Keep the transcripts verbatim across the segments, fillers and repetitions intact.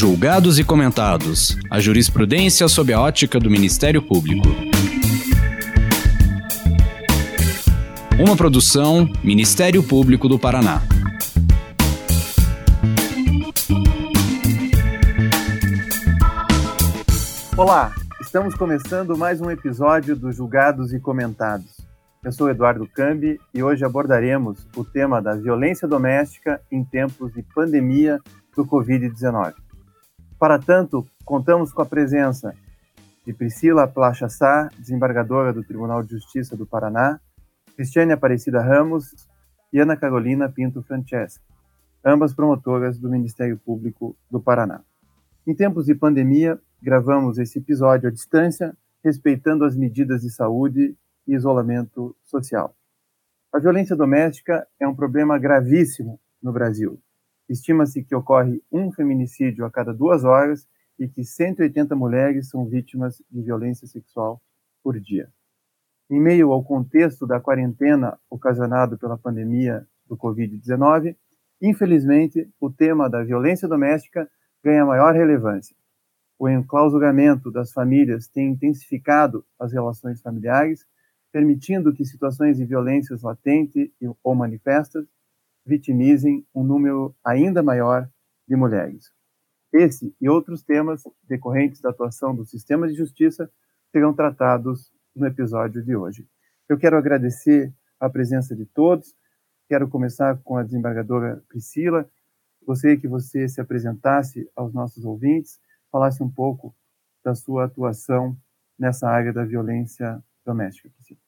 Julgados e comentados. A jurisprudência sob a ótica do Ministério Público. Uma produção Ministério Público do Paraná. Olá, estamos começando mais um episódio do Julgados e Comentados. Eu sou Eduardo Cambi e hoje abordaremos o tema da violência doméstica em tempos de pandemia do covid dezenove. Para tanto, contamos com a presença de Priscila Placha Sá, desembargadora do Tribunal de Justiça do Paraná, Cristiane Aparecida Ramos e Ana Carolina Pinto Francesca, ambas promotoras do Ministério Público do Paraná. Em tempos de pandemia, gravamos esse episódio à distância, respeitando as medidas de saúde e isolamento social. A violência doméstica é um problema gravíssimo no Brasil. Estima-se que ocorre um feminicídio a cada duas horas e que cento e oitenta mulheres são vítimas de violência sexual por dia. Em meio ao contexto da quarentena ocasionado pela pandemia do covid dezenove, infelizmente, o tema da violência doméstica ganha maior relevância. O enclausuramento das famílias tem intensificado as relações familiares, permitindo que situações de violências latentes ou manifestas vitimizem um número ainda maior de mulheres. Esse e outros temas decorrentes da atuação do sistema de justiça serão tratados no episódio de hoje. Eu quero agradecer a presença de todos. Quero começar com a desembargadora Priscila. Gostaria que você se apresentasse aos nossos ouvintes, falasse um pouco da sua atuação nessa área da violência doméstica. Priscila.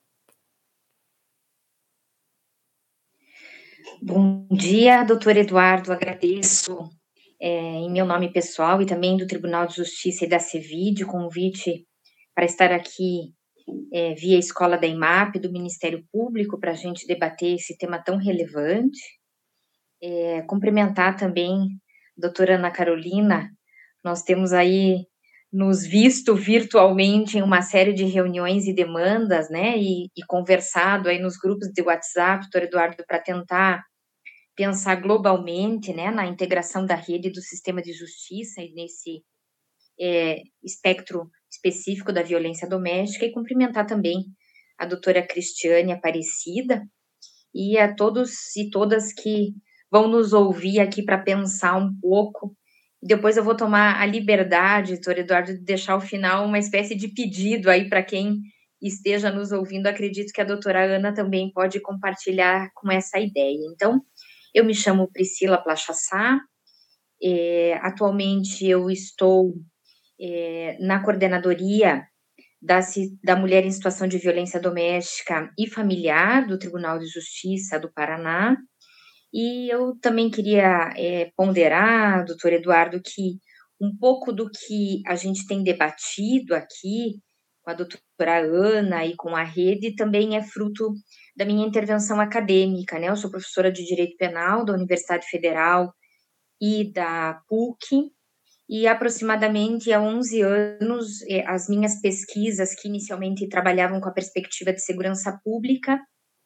Bom dia, doutor Eduardo, agradeço é, em meu nome pessoal e também do Tribunal de Justiça e da CEVID o convite para estar aqui é, via Escola da IMAP, do Ministério Público, para a gente debater esse tema tão relevante. É, cumprimentar também a doutora Ana Carolina. Nós temos aí nos visto virtualmente em uma série de reuniões e demandas, né, e, e conversado aí nos grupos de WhatsApp, doutor Eduardo, para tentar pensar globalmente, né, na integração da rede do sistema de justiça e nesse é, espectro específico da violência doméstica, e cumprimentar também a doutora Cristiane Aparecida e a todos e todas que vão nos ouvir aqui para pensar um pouco. Depois eu vou tomar a liberdade, doutor Eduardo, de deixar ao final uma espécie de pedido aí para quem esteja nos ouvindo. Acredito que a doutora Ana também pode compartilhar com essa ideia. Então, eu me chamo Priscila Placha Sá, é, atualmente eu estou é, na coordenadoria da, da Mulher em Situação de Violência Doméstica e Familiar do Tribunal de Justiça do Paraná, e eu também queria é, ponderar, doutor Eduardo, que um pouco do que a gente tem debatido aqui com a doutora Ana e com a rede também é fruto da minha intervenção acadêmica, né? Eu sou professora de Direito Penal da Universidade Federal e da PUC, e aproximadamente há onze anos as minhas pesquisas, que inicialmente trabalhavam com a perspectiva de segurança pública,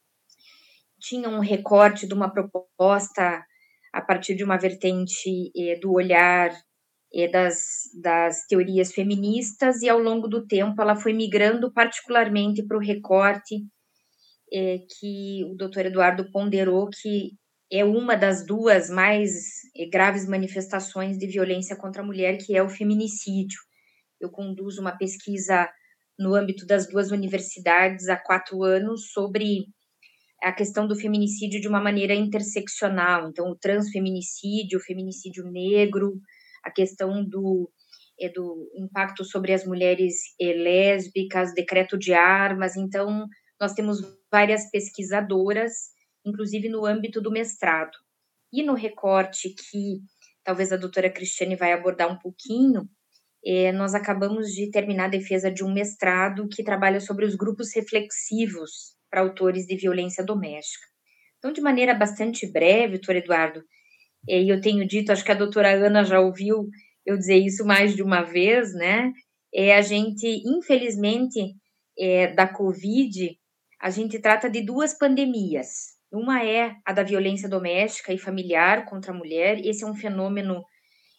tinham um recorte de uma proposta a partir de uma vertente eh, do olhar eh, das, das teorias feministas, e ao longo do tempo ela foi migrando particularmente para o recorte eh, que o doutor Eduardo ponderou, que é uma das duas mais eh, graves manifestações de violência contra a mulher, que é o feminicídio. Eu conduzo uma pesquisa no âmbito das duas universidades há quatro anos sobre a questão do feminicídio de uma maneira interseccional, então o transfeminicídio, o feminicídio negro, a questão do, é, do impacto sobre as mulheres é, lésbicas, decreto de armas. Então nós temos várias pesquisadoras, inclusive no âmbito do mestrado. E no recorte que talvez a doutora Cristiane vai abordar um pouquinho, é, nós acabamos de terminar a defesa de um mestrado que trabalha sobre os grupos reflexivos para autores de violência doméstica. Então, de maneira bastante breve, doutor Eduardo, e eu tenho dito, acho que a doutora Ana já ouviu eu dizer isso mais de uma vez, né? É, a gente, infelizmente, é, da Covid, a gente trata de duas pandemias. Uma é a da violência doméstica e familiar contra a mulher. Esse é um fenômeno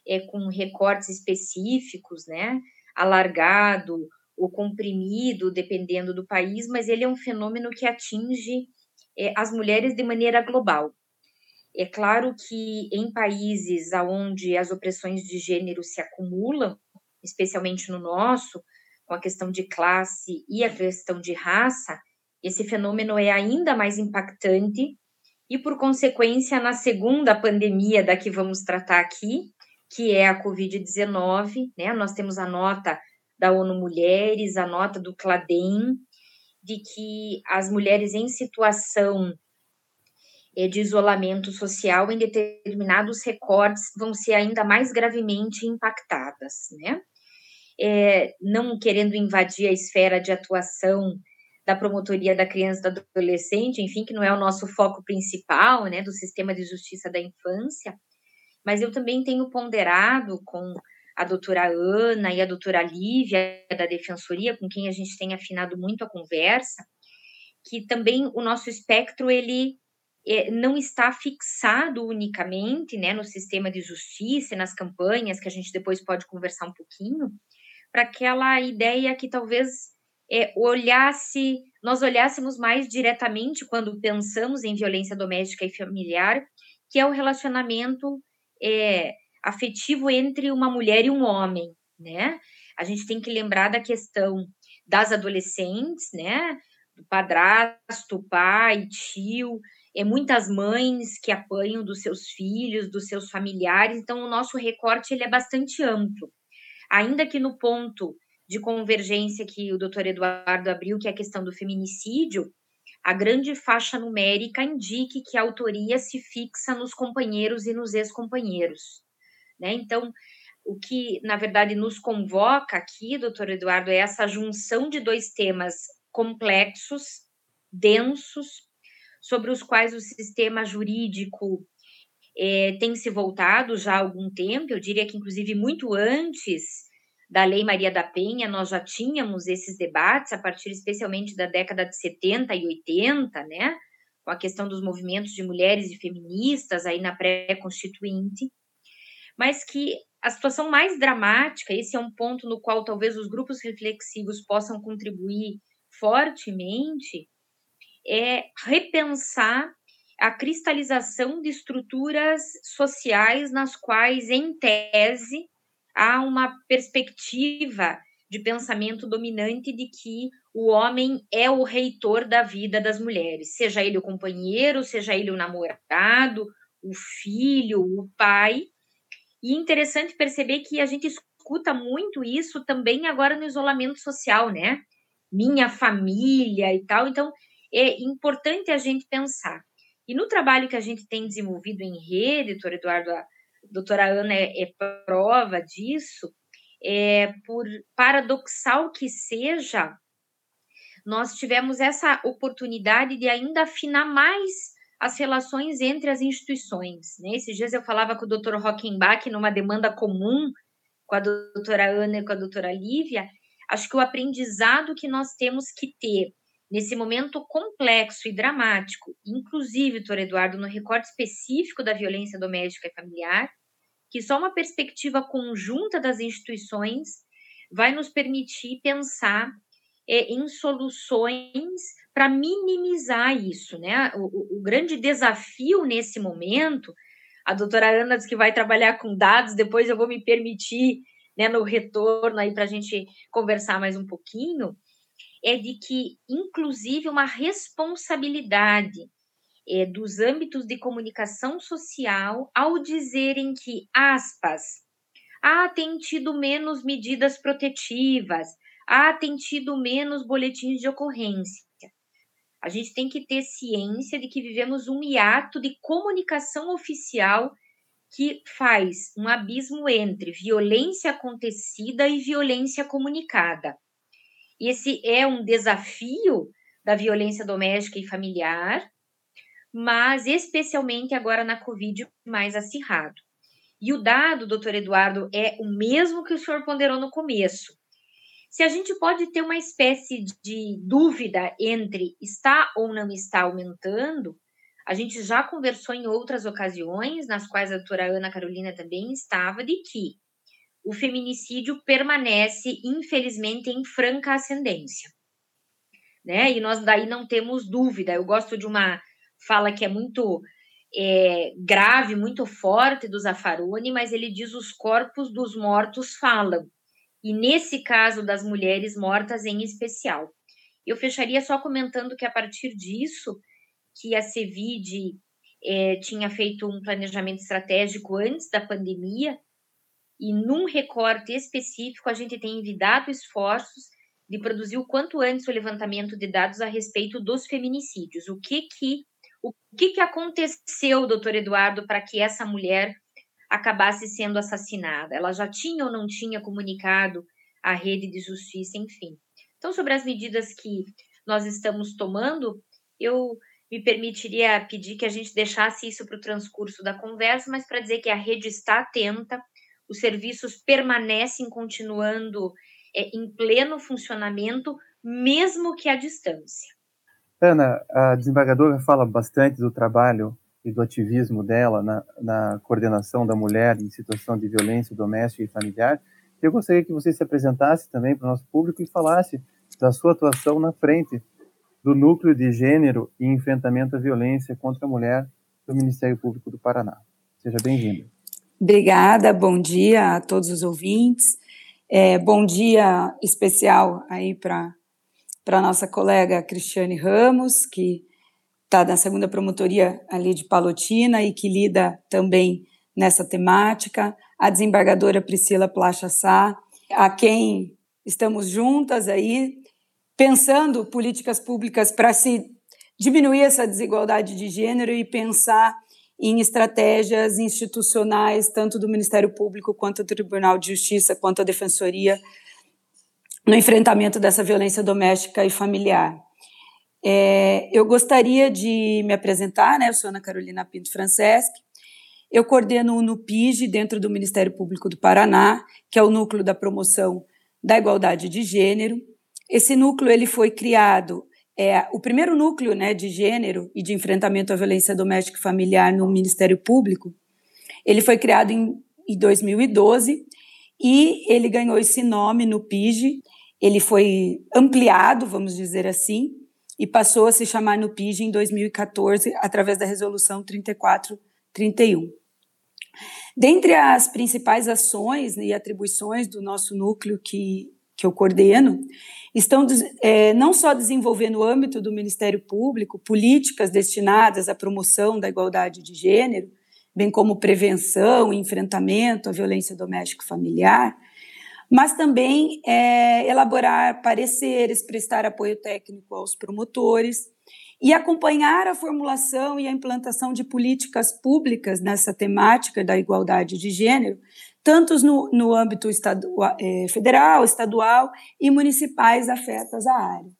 é, com recortes específicos, né, alargado ou comprimido, dependendo do país, mas ele é um fenômeno que atinge é, as mulheres de maneira global. É claro que em países onde as opressões de gênero se acumulam, especialmente no nosso, com a questão de classe e a questão de raça, esse fenômeno é ainda mais impactante e, por consequência, na segunda pandemia da que vamos tratar aqui, que é a covid dezenove, né? Nós temos a nota da ONU Mulheres, a nota do CLADEM, de que as mulheres em situação de isolamento social em determinados recortes vão ser ainda mais gravemente impactadas, né? É, não querendo invadir a esfera de atuação da promotoria da criança e do adolescente, enfim, que não é o nosso foco principal, né, do sistema de justiça da infância, mas eu também tenho ponderado com a doutora Ana e a doutora Lívia da Defensoria, com quem a gente tem afinado muito a conversa, que também o nosso espectro, ele é, não está fixado unicamente, né, no sistema de justiça, nas campanhas, que a gente depois pode conversar um pouquinho, para aquela ideia que talvez é, olhasse, nós olhássemos mais diretamente quando pensamos em violência doméstica e familiar, que é o relacionamento é, afetivo entre uma mulher e um homem, né? A gente tem que lembrar da questão das adolescentes, né? Do padrasto, pai, tio, é muitas mães que apanham dos seus filhos, dos seus familiares, então o nosso recorte ele é bastante amplo. Ainda que no ponto de convergência que o doutor Eduardo abriu, que é a questão do feminicídio, a grande faixa numérica indique que a autoria se fixa nos companheiros e nos ex-companheiros, né? Então, o que, na verdade, nos convoca aqui, doutor Eduardo, é essa junção de dois temas complexos, densos, sobre os quais o sistema jurídico É, tem se voltado já há algum tempo, eu diria que inclusive muito antes da Lei Maria da Penha, nós já tínhamos esses debates, a partir especialmente da década de setenta e oitenta, né, com a questão dos movimentos de mulheres e feministas aí na pré-constituinte, mas que a situação mais dramática, esse é um ponto no qual talvez os grupos reflexivos possam contribuir fortemente, é repensar a cristalização de estruturas sociais nas quais, em tese, há uma perspectiva de pensamento dominante de que o homem é o reitor da vida das mulheres, seja ele o companheiro, seja ele o namorado, o filho, o pai. E interessante perceber que a gente escuta muito isso também agora no isolamento social, né? Minha família e tal. Então, é importante a gente pensar. E no trabalho que a gente tem desenvolvido em rede, doutor Eduardo, a doutora Ana é, é prova disso, é, por paradoxal que seja, nós tivemos essa oportunidade de ainda afinar mais as relações entre as instituições, né? Esses dias eu falava com o doutor Rockenbach numa demanda comum com a doutora Ana e com a doutora Lívia. Acho que o aprendizado que nós temos que ter nesse momento complexo e dramático, inclusive, doutor Eduardo, no recorte específico da violência doméstica e familiar, que só uma perspectiva conjunta das instituições vai nos permitir pensar é, em soluções para minimizar isso, né? O, o, o grande desafio nesse momento, a doutora Ana diz que vai trabalhar com dados, depois eu vou me permitir, né, no retorno aí para a gente conversar mais um pouquinho, é de que, inclusive, uma responsabilidade é, dos âmbitos de comunicação social ao dizerem que, aspas, ah, tem tido menos medidas protetivas, ah, tem tido menos boletins de ocorrência. A gente tem que ter ciência de que vivemos um hiato de comunicação oficial que faz um abismo entre violência acontecida e violência comunicada. Esse é um desafio da violência doméstica e familiar, mas especialmente agora na Covid mais acirrado. E o dado, doutor Eduardo, é o mesmo que o senhor ponderou no começo. Se a gente pode ter uma espécie de dúvida entre está ou não está aumentando, A gente já conversou em outras ocasiões, nas quais a doutora Ana Carolina também estava, de que o feminicídio permanece, infelizmente, em franca ascendência, né? E nós daí não temos dúvida. Eu gosto de uma fala que é muito é, grave, muito forte do Zaffaroni, mas ele diz: os corpos dos mortos falam. E nesse caso das mulheres mortas em especial. Eu fecharia só comentando que a partir disso, que a CEVID é, tinha feito um planejamento estratégico antes da pandemia, e num recorte específico a gente tem envidado esforços de produzir o quanto antes o levantamento de dados a respeito dos feminicídios. O que que, o que, que aconteceu, doutor Eduardo, para que essa mulher acabasse sendo assassinada? Ela já tinha ou não tinha comunicado à rede de justiça, enfim. Então, sobre as medidas que nós estamos tomando, eu me permitiria pedir que a gente deixasse isso para o transcurso da conversa, mas para dizer que a rede está atenta, os serviços permanecem continuando é, em pleno funcionamento, mesmo que à distância. Ana, a desembargadora fala bastante do trabalho e do ativismo dela na, na coordenação da mulher em situação de violência doméstica e familiar. Eu gostaria que você se apresentasse também para o nosso público e falasse da sua atuação na frente do Núcleo de Gênero e Enfrentamento à Violência contra a Mulher do Ministério Público do Paraná. Seja bem-vinda. Obrigada, bom dia a todos os ouvintes. É, bom dia especial aí para a nossa colega Cristiane Ramos, que está na segunda promotoria ali de Palotina e que lida também nessa temática, a desembargadora Priscila Placha Sá, a quem estamos juntas aí, pensando políticas públicas para se diminuir essa desigualdade de gênero e pensar em estratégias institucionais, tanto do Ministério Público, quanto do Tribunal de Justiça, quanto a Defensoria, no enfrentamento dessa violência doméstica e familiar. É, eu gostaria de me apresentar, né? Eu sou Ana Carolina Pinto Franceschi, eu coordeno o NUPIGE dentro do Ministério Público do Paraná, que é o Núcleo da Promoção da Igualdade de Gênero. Esse núcleo ele foi criado, é o primeiro núcleo, né, de gênero e de enfrentamento à violência doméstica e familiar no Ministério Público. Ele foi criado em, em dois mil e doze e ele ganhou esse nome, NUPIGE. Ele foi ampliado, vamos dizer assim, e passou a se chamar NUPIGE em dois mil e quatorze, através da Resolução trinta e quatro trinta e um. Dentre as principais ações e atribuições do nosso núcleo que, que eu coordeno, estão é, não só desenvolver no âmbito do Ministério Público políticas destinadas à promoção da igualdade de gênero, bem como prevenção e enfrentamento à violência doméstica e familiar, mas também é, elaborar pareceres, prestar apoio técnico aos promotores e acompanhar a formulação e a implantação de políticas públicas nessa temática da igualdade de gênero, tanto no, no âmbito estadual, é, federal, estadual e municipais afetas à área.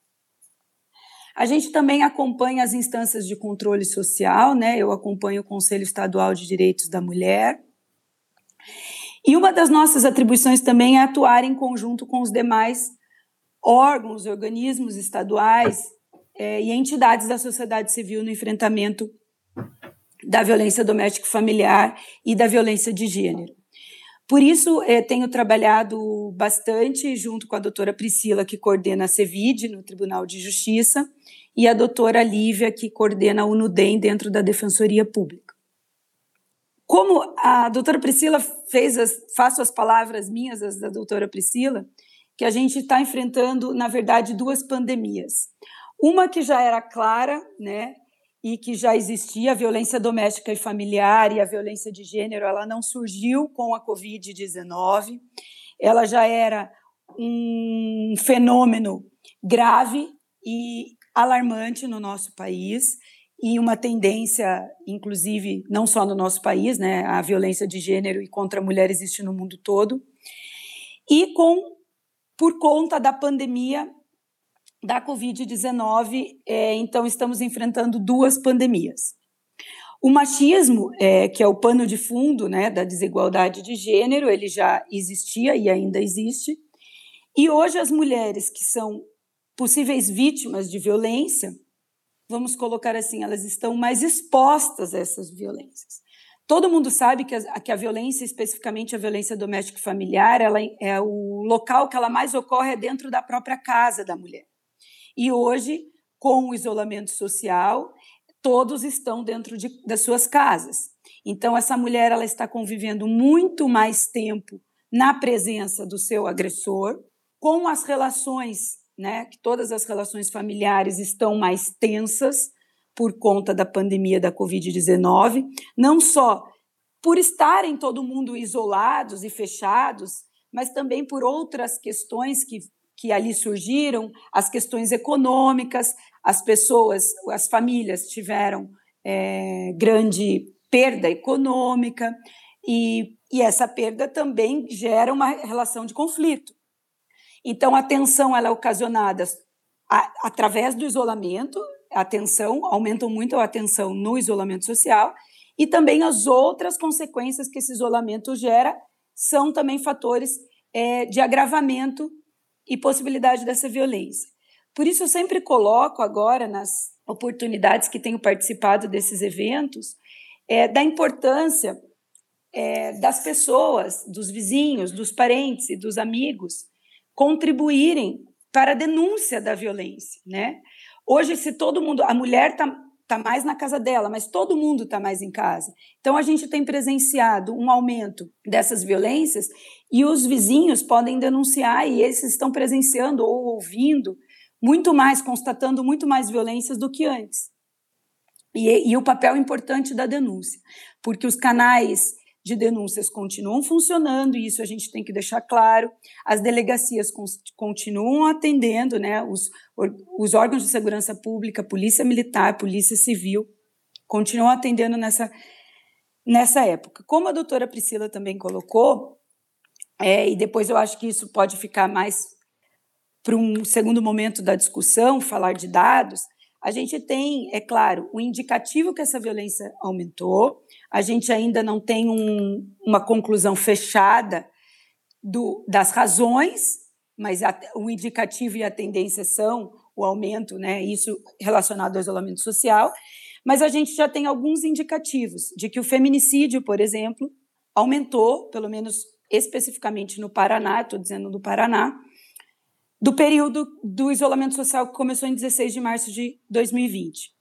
A gente também acompanha as instâncias de controle social, né? Eu acompanho o Conselho Estadual de Direitos da Mulher. E uma das nossas atribuições também é atuar em conjunto com os demais órgãos, organismos estaduais é, e entidades da sociedade civil no enfrentamento da violência doméstica e familiar e da violência de gênero. Por isso, eh, tenho trabalhado bastante junto com a doutora Priscila, que coordena a CEVID no Tribunal de Justiça, e a doutora Lívia, que coordena o NUDEM dentro da Defensoria Pública. Como a doutora Priscila fez, as, faço as palavras minhas, as da doutora Priscila, que a gente está enfrentando, na verdade, duas pandemias. Uma que já era clara, né, e que já existia, a violência doméstica e familiar e a violência de gênero, ela não surgiu com a covid dezenove, ela já era um fenômeno grave e alarmante no nosso país, e uma tendência, inclusive, não só no nosso país, né, a violência de gênero e contra a mulher existe no mundo todo, e com, por conta da pandemia da covid dezenove, é, então estamos enfrentando duas pandemias. O machismo, é, que é o pano de fundo, né, da desigualdade de gênero, ele já existia e ainda existe, e hoje as mulheres que são possíveis vítimas de violência, vamos colocar assim, elas estão mais expostas a essas violências. Todo mundo sabe que a, que a violência, especificamente a violência doméstica e familiar, ela é o local que ela mais ocorre é dentro da própria casa da mulher. E hoje, com o isolamento social, todos estão dentro de, das suas casas. Então, essa mulher ela está convivendo muito mais tempo na presença do seu agressor, com as relações, né, que todas as relações familiares estão mais tensas, por conta da pandemia da covid dezenove, não só por estarem todo mundo isolados e fechados, mas também por outras questões que, que ali surgiram, as questões econômicas, as pessoas, as famílias tiveram é, grande perda econômica e, e essa perda também gera uma relação de conflito. Então, a tensão ela é ocasionada a, através do isolamento, a tensão, aumentam muito a tensão no isolamento social e também as outras consequências que esse isolamento gera são também fatores é, de agravamento e possibilidade dessa violência. Por isso, eu sempre coloco agora, nas oportunidades que tenho participado desses eventos, é, da importância é, das pessoas, dos vizinhos, dos parentes e dos amigos contribuírem para a denúncia da violência, né? Hoje, se todo mundo, a mulher está tá mais na casa dela, mas todo mundo está mais em casa. Então, a gente tem presenciado um aumento dessas violências e os vizinhos podem denunciar e eles estão presenciando ou ouvindo muito mais, constatando muito mais violências do que antes. E, e o papel importante da denúncia, porque os canais de denúncias continuam funcionando, e isso a gente tem que deixar claro, as delegacias con- continuam atendendo, né, os, os órgãos de segurança pública, polícia militar, polícia civil, continuam atendendo nessa, nessa época. Como a doutora Priscila também colocou, é, e depois eu acho que isso pode ficar mais para um segundo momento da discussão, falar de dados, a gente tem, é claro, o indicativo que essa violência aumentou, a gente ainda não tem um, uma conclusão fechada do, das razões, mas a, o indicativo e a tendência são o aumento, né, isso relacionado ao isolamento social, mas a gente já tem alguns indicativos de que o feminicídio, por exemplo, aumentou, pelo menos especificamente no Paraná, estou dizendo do Paraná, do período do isolamento social que começou em dezesseis de março de dois mil e vinte.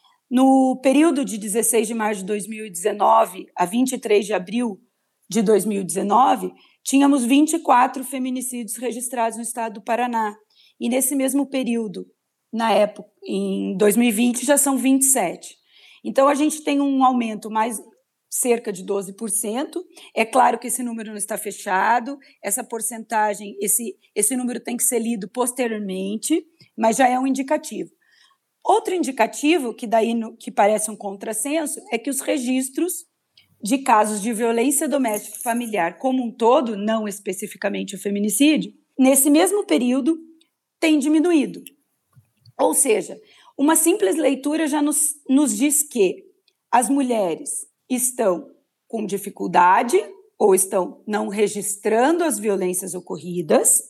No período de dezesseis de março de dois mil e dezenove a vinte e três de abril de dois mil e dezenove, tínhamos vinte e quatro feminicídios registrados no estado do Paraná. E nesse mesmo período, na época, em dois mil e vinte, já são vinte e sete. Então, a gente tem um aumento mais cerca de doze por cento. É claro que esse número não está fechado, essa porcentagem, esse, esse número tem que ser lido posteriormente, mas já é um indicativo. Outro indicativo, que daí no, que parece um contrassenso, é que os registros de casos de violência doméstica e familiar como um todo, não especificamente o feminicídio, nesse mesmo período tem diminuído. Ou seja, uma simples leitura já nos, nos diz que as mulheres estão com dificuldade ou estão não registrando as violências ocorridas,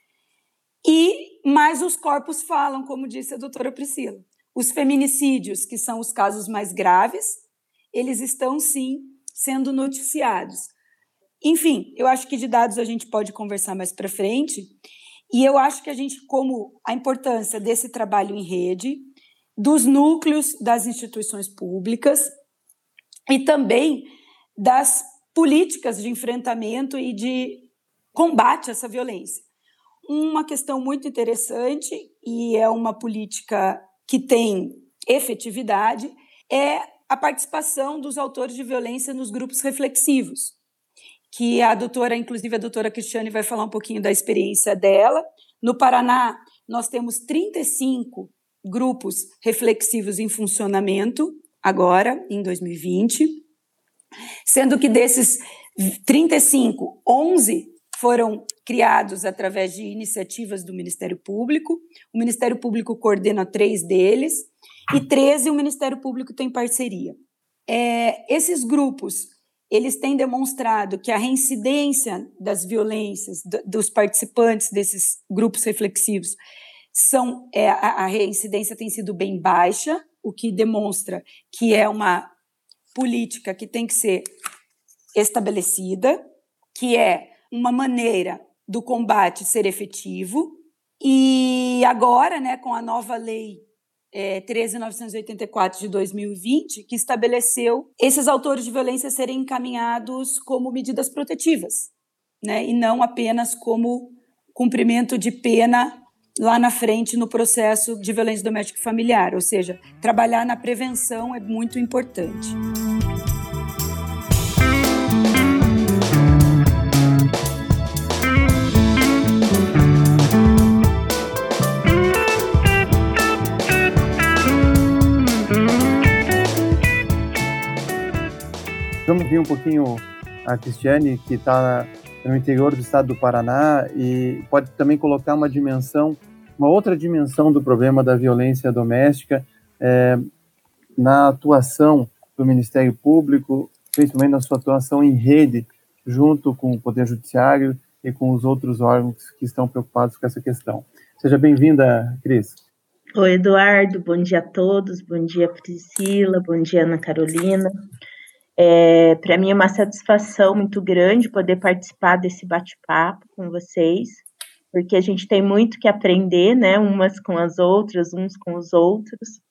e mais os corpos falam, como disse a doutora Priscila. Os feminicídios, que são os casos mais graves, eles estão, sim, sendo noticiados. Enfim, eu acho que de dados a gente pode conversar mais para frente, e eu acho que a gente, como a importância desse trabalho em rede, dos núcleos das instituições públicas, e também das políticas de enfrentamento e de combate a essa violência. Uma questão muito interessante, e é uma política que tem efetividade, é a participação dos autores de violência nos grupos reflexivos, que a doutora, inclusive a doutora Cristiane vai falar um pouquinho da experiência dela. No Paraná, nós temos trinta e cinco grupos reflexivos em funcionamento, agora, em dois mil e vinte, sendo que desses trinta e cinco, onze foram criados através de iniciativas do Ministério Público. O Ministério Público coordena três deles e treze o Ministério Público tem parceria. É, esses grupos, eles têm demonstrado que a reincidência das violências do, dos participantes desses grupos reflexivos, são, é, a, a reincidência tem sido bem baixa, o que demonstra que é uma política que tem que ser estabelecida, que é uma maneira do combate ser efetivo. E agora, né, com a nova lei é, treze mil novecentos e oitenta e quatro de dois mil e vinte, que estabeleceu esses autores de violência serem encaminhados como medidas protetivas, né, e não apenas como cumprimento de pena lá na frente no processo de violência doméstica e familiar. Ou seja, trabalhar na prevenção é muito importante. Vamos ver um pouquinho a Cristiane, que está no interior do estado do Paraná, e pode também colocar uma dimensão, uma outra dimensão do problema da violência doméstica é, na atuação do Ministério Público, principalmente na sua atuação em rede, junto com o Poder Judiciário e com os outros órgãos que estão preocupados com essa questão. Seja bem-vinda, Cris. Oi, Eduardo, bom dia a todos, bom dia, Priscila, bom dia, Ana Carolina. É, para mim é uma satisfação muito grande poder participar desse bate-papo com vocês, porque a gente tem muito que aprender, né, umas com as outras, uns com os outros,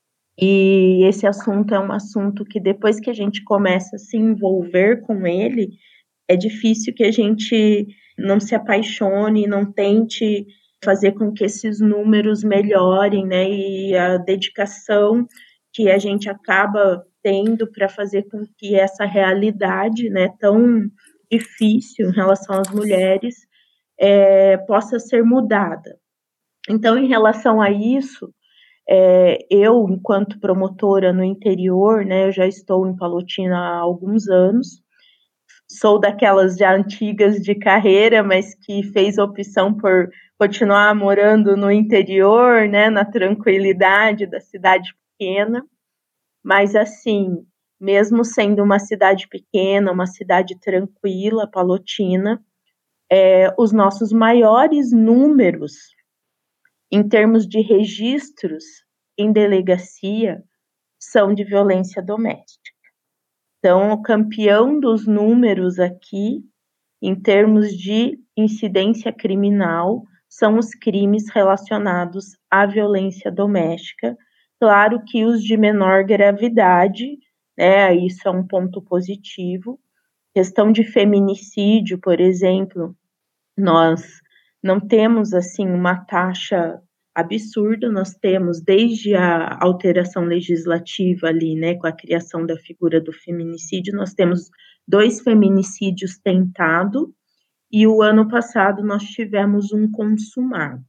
e esse assunto é um assunto que depois que a gente começa a se envolver com ele, é difícil que a gente não se apaixone, não tente fazer com que esses números melhorem, né, e a dedicação que a gente acaba tendo para fazer com que essa realidade, né, tão difícil em relação às mulheres é, possa ser mudada. Então, em relação a isso, é, eu, enquanto promotora no interior, né, eu já estou em Palotina há alguns anos, sou daquelas já antigas de carreira, mas que fez a opção por continuar morando no interior, né, na tranquilidade da cidade pequena. Mas, assim, mesmo sendo uma cidade pequena, uma cidade tranquila, Palotina, é, os nossos maiores números em termos de registros em delegacia são de violência doméstica. Então, o campeão dos números aqui, em termos de incidência criminal, são os crimes relacionados à violência doméstica. Claro que os de menor gravidade, né, isso é um ponto positivo. Questão de feminicídio, por exemplo, nós não temos assim uma taxa absurda, nós temos desde a alteração legislativa ali, né, com a criação da figura do feminicídio, nós temos dois feminicídios tentados e o ano passado nós tivemos um consumado.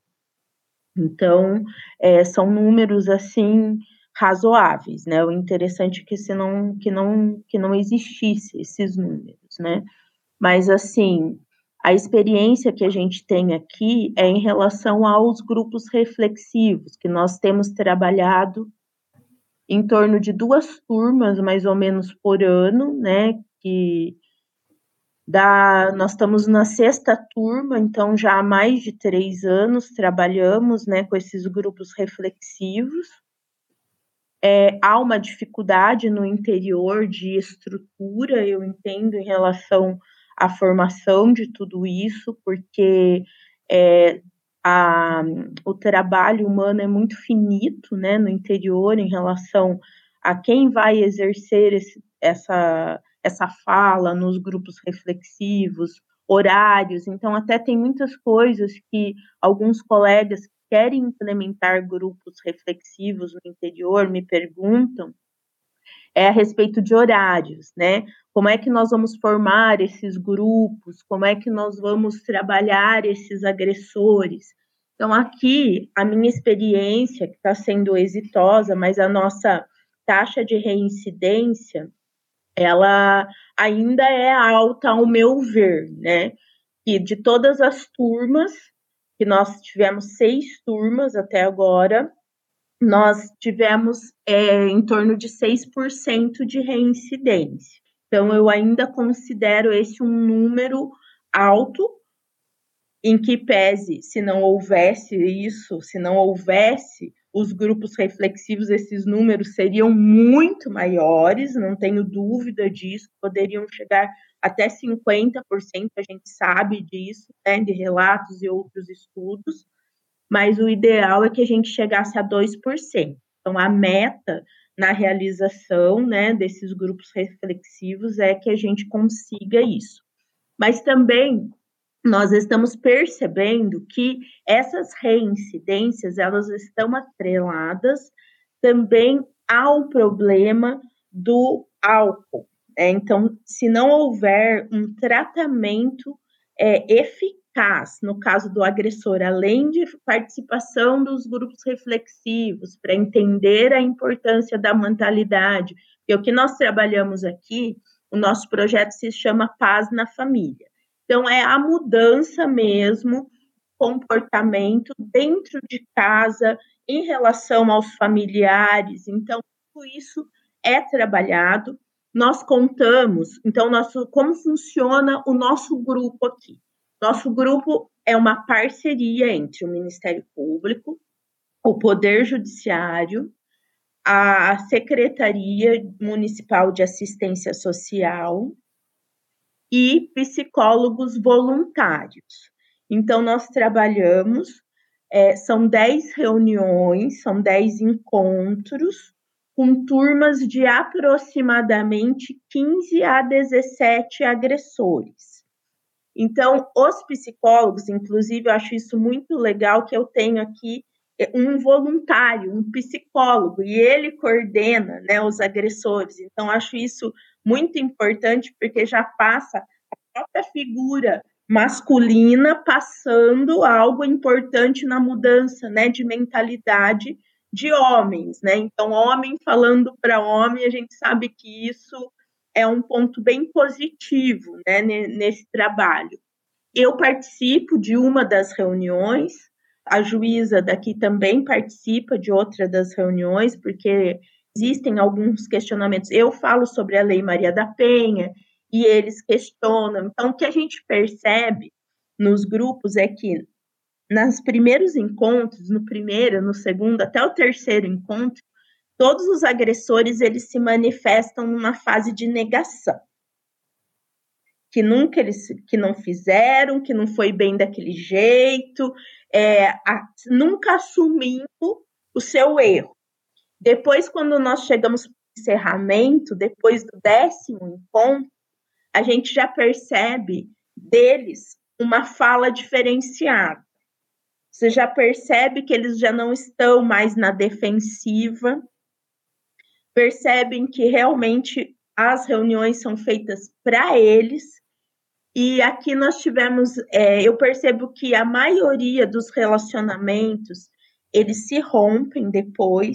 Então, é, são números, assim, razoáveis, né? O interessante é que, se não, que, não, que não existisse esses números, né? Mas, assim, a experiência que a gente tem aqui é em relação aos grupos reflexivos, que nós temos trabalhado em torno de duas turmas, mais ou menos, por ano, né? Que Da, nós estamos na sexta turma, então já há mais de três anos trabalhamos, né, com esses grupos reflexivos. É, há uma dificuldade no interior de estrutura, eu entendo, em relação à formação de tudo isso, porque é, a, o trabalho humano é muito finito, né, no interior, em relação a quem vai exercer esse, essa... essa fala nos grupos reflexivos, horários, então até tem muitas coisas que alguns colegas que querem implementar grupos reflexivos no interior me perguntam, é a respeito de horários, né? Como é que nós vamos formar esses grupos, como é que nós vamos trabalhar esses agressores. Então aqui, a minha experiência, que está sendo exitosa, mas a nossa taxa de reincidência, ela ainda é alta, ao meu ver, né? E de todas as turmas, que nós tivemos seis turmas até agora, nós tivemos é, em torno de seis por cento de reincidência. Então, eu ainda considero esse um número alto, em que pese, se não houvesse isso, se não houvesse os grupos reflexivos, esses números seriam muito maiores, não tenho dúvida disso, poderiam chegar até cinquenta por cento, a gente sabe disso, né, de relatos e outros estudos, mas o ideal é que a gente chegasse a dois por cento. Então, a meta na realização, né, desses grupos reflexivos é que a gente consiga isso. Mas também nós estamos percebendo que essas reincidências, elas estão atreladas também ao problema do álcool. É, então, se não houver um tratamento é, eficaz, no caso do agressor, além de participação dos grupos reflexivos, para entender a importância da mentalidade, porque o que nós trabalhamos aqui, o nosso projeto se chama Paz na Família. Então, é a mudança mesmo, comportamento dentro de casa, em relação aos familiares. Então, tudo isso é trabalhado. Nós contamos, então, nosso, como funciona o nosso grupo aqui. Nosso grupo é uma parceria entre o Ministério Público, o Poder Judiciário, a Secretaria Municipal de Assistência Social e psicólogos voluntários. Então, nós trabalhamos, é, são dez reuniões, são dez encontros, com turmas de aproximadamente quinze a dezessete agressores. Então, os psicólogos, inclusive, eu acho isso muito legal, que eu tenho aqui um voluntário, um psicólogo, e ele coordena, né, os agressores. Então, acho isso muito importante, porque já passa a própria figura masculina passando algo importante na mudança, né, de mentalidade de homens, né? Então, homem falando para homem, a gente sabe que isso é um ponto bem positivo, né, nesse trabalho. Eu participo de uma das reuniões, a juíza daqui também participa de outra das reuniões, porque existem alguns questionamentos. Eu falo sobre a Lei Maria da Penha e eles questionam. Então, o que a gente percebe nos grupos é que, nos primeiros encontros, no primeiro, no segundo, até o terceiro encontro, todos os agressores, eles se manifestam numa fase de negação. Que nunca eles, que não fizeram, que não foi bem daquele jeito, é, a, nunca assumindo o seu erro. Depois, quando nós chegamos para o encerramento, depois do décimo encontro, a gente já percebe deles uma fala diferenciada. Você já percebe que eles já não estão mais na defensiva, percebem que realmente as reuniões são feitas para eles, e aqui nós tivemos, é, eu percebo que a maioria dos relacionamentos, eles se rompem depois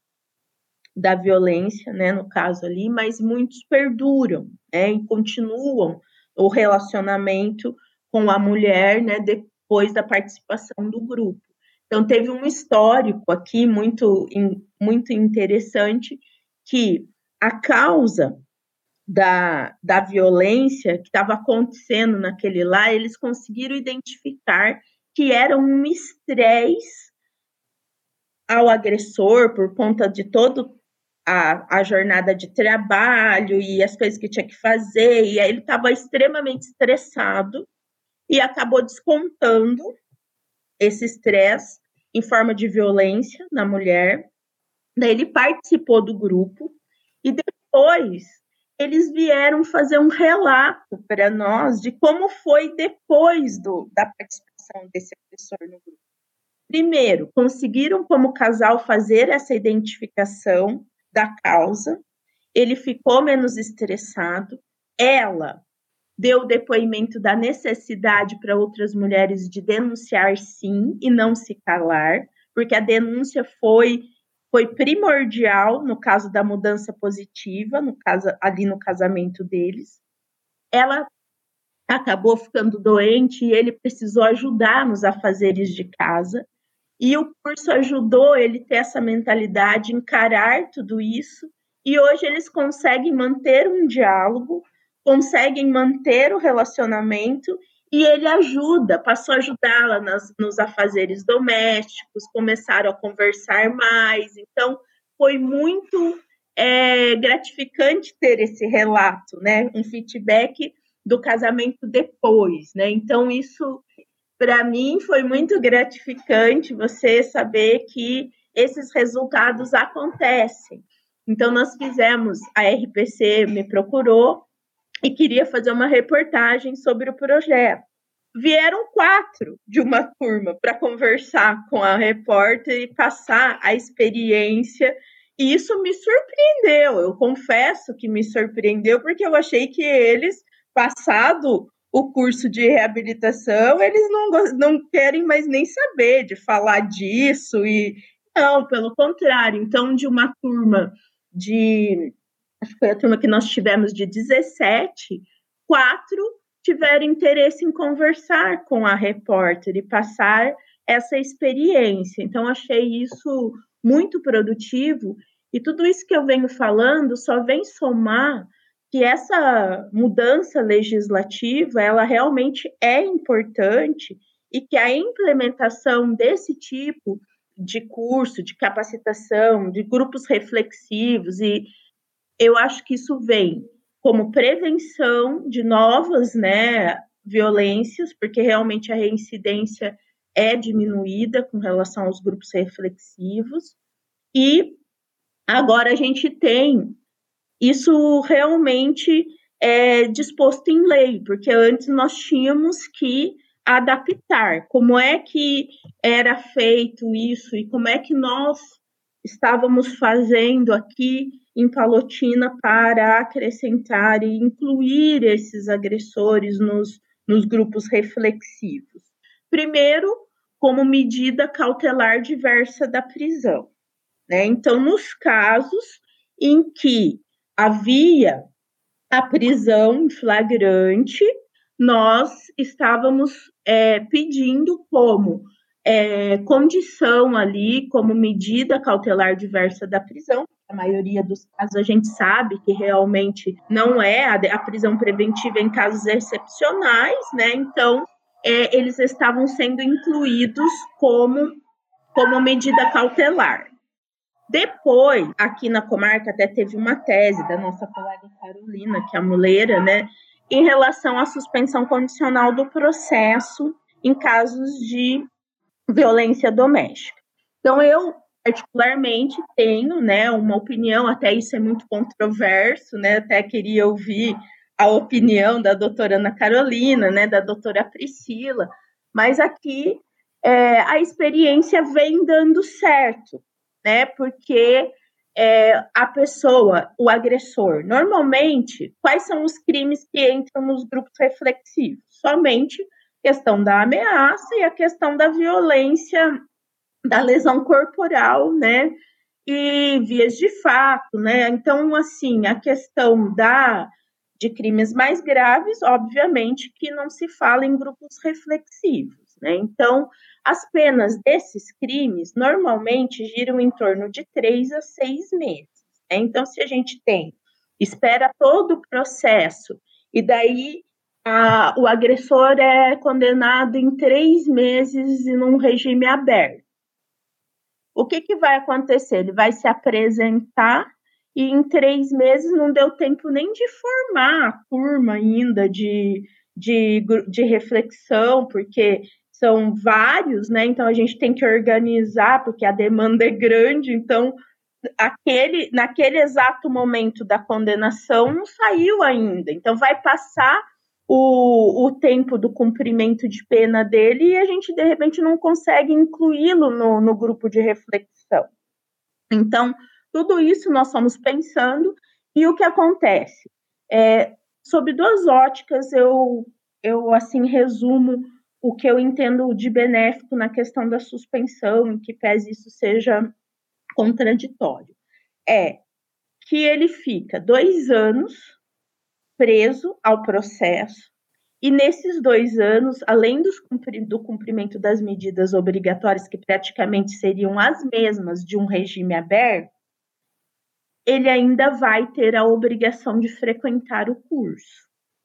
da violência, né, no caso ali, mas muitos perduram, né, e continuam o relacionamento com a mulher, né, depois da participação do grupo. Então, teve um histórico aqui muito, muito interessante, que a causa da, da violência que estava acontecendo naquele lá, eles conseguiram identificar que era um estresse ao agressor por conta de todo A, a jornada de trabalho e as coisas que tinha que fazer, e aí ele estava extremamente estressado e acabou descontando esse estresse em forma de violência na mulher. Daí ele participou do grupo e depois eles vieram fazer um relato para nós de como foi depois do, da participação desse agressor no grupo. Primeiro, conseguiram como casal fazer essa identificação da causa, ele ficou menos estressado, ela deu o depoimento da necessidade para outras mulheres de denunciar sim e não se calar, porque a denúncia foi, foi primordial no caso da mudança positiva, no caso, ali no casamento deles. Ela acabou ficando doente e ele precisou ajudar nos afazeres de casa. E o curso ajudou ele a ter essa mentalidade, encarar tudo isso, e hoje eles conseguem manter um diálogo, conseguem manter o relacionamento e ele ajuda, passou a ajudá-la nas, nos afazeres domésticos, começaram a conversar mais, então foi muito é, gratificante ter esse relato, né? Um feedback do casamento depois, né? Então isso, para mim, foi muito gratificante, você saber que esses resultados acontecem. Então nós fizemos, a R P C me procurou e queria fazer uma reportagem sobre o projeto. Vieram quatro de uma turma para conversar com a repórter e passar a experiência, e isso me surpreendeu, eu confesso que me surpreendeu, porque eu achei que eles, passado o curso de reabilitação, eles não, não querem mais nem saber de falar disso, e não, pelo contrário. Então, de uma turma de... acho que foi a turma que nós tivemos de dezessete, quatro tiveram interesse em conversar com a repórter e passar essa experiência. Então, achei isso muito produtivo, e tudo isso que eu venho falando só vem somar que essa mudança legislativa, ela realmente é importante, e que a implementação desse tipo de curso, de capacitação, de grupos reflexivos, e eu acho que isso vem como prevenção de novas, né, violências, porque realmente a reincidência é diminuída com relação aos grupos reflexivos, e agora a gente tem isso realmente é, disposto em lei, porque antes nós tínhamos que adaptar como é que era feito isso e como é que nós estávamos fazendo aqui em Palotina para acrescentar e incluir esses agressores nos, nos grupos reflexivos. Primeiro, como medida cautelar diversa da prisão, né? Então, nos casos em que havia a prisão em flagrante, nós estávamos é, pedindo como é, condição ali, como medida cautelar diversa da prisão. A maioria dos casos a gente sabe que realmente não é a, a prisão preventiva em casos excepcionais, né? Então, é, eles estavam sendo incluídos como, como medida cautelar. Depois, aqui na comarca, até teve uma tese da nossa colega Carolina, que é a muleira, né, em relação à suspensão condicional do processo em casos de violência doméstica. Então, eu, particularmente, tenho, né, uma opinião, até isso é muito controverso, né, até queria ouvir a opinião da doutora Ana Carolina, né, da doutora Priscila, mas aqui é, a experiência vem dando certo, né? Porque é, a pessoa, o agressor, normalmente, quais são os crimes que entram nos grupos reflexivos? Somente a questão da ameaça e a questão da violência, da lesão corporal, né? E vias de fato, né? Então, assim, a questão da, de crimes mais graves, obviamente, que não se fala em grupos reflexivos, né? Então, as penas desses crimes normalmente giram em torno de três a seis meses. Né? Então, se a gente tem, espera todo o processo, e daí a, o agressor é condenado em três meses e num regime aberto, o que, que vai acontecer? Ele vai se apresentar e em três meses não deu tempo nem de formar a turma ainda de, de, de reflexão, porque são vários, né? Então a gente tem que organizar, porque a demanda é grande. Então, aquele, naquele exato momento da condenação não saiu ainda. Então, vai passar o, o tempo do cumprimento de pena dele e a gente, de repente, não consegue incluí-lo no, no grupo de reflexão. Então, tudo isso nós estamos pensando, e o que acontece? É, sob duas óticas, eu, eu assim resumo o que eu entendo de benéfico na questão da suspensão, em que pese isso seja contraditório. É que ele fica dois anos preso ao processo, e nesses dois anos, além dos, do cumprimento das medidas obrigatórias, que praticamente seriam as mesmas de um regime aberto, ele ainda vai ter a obrigação de frequentar o curso.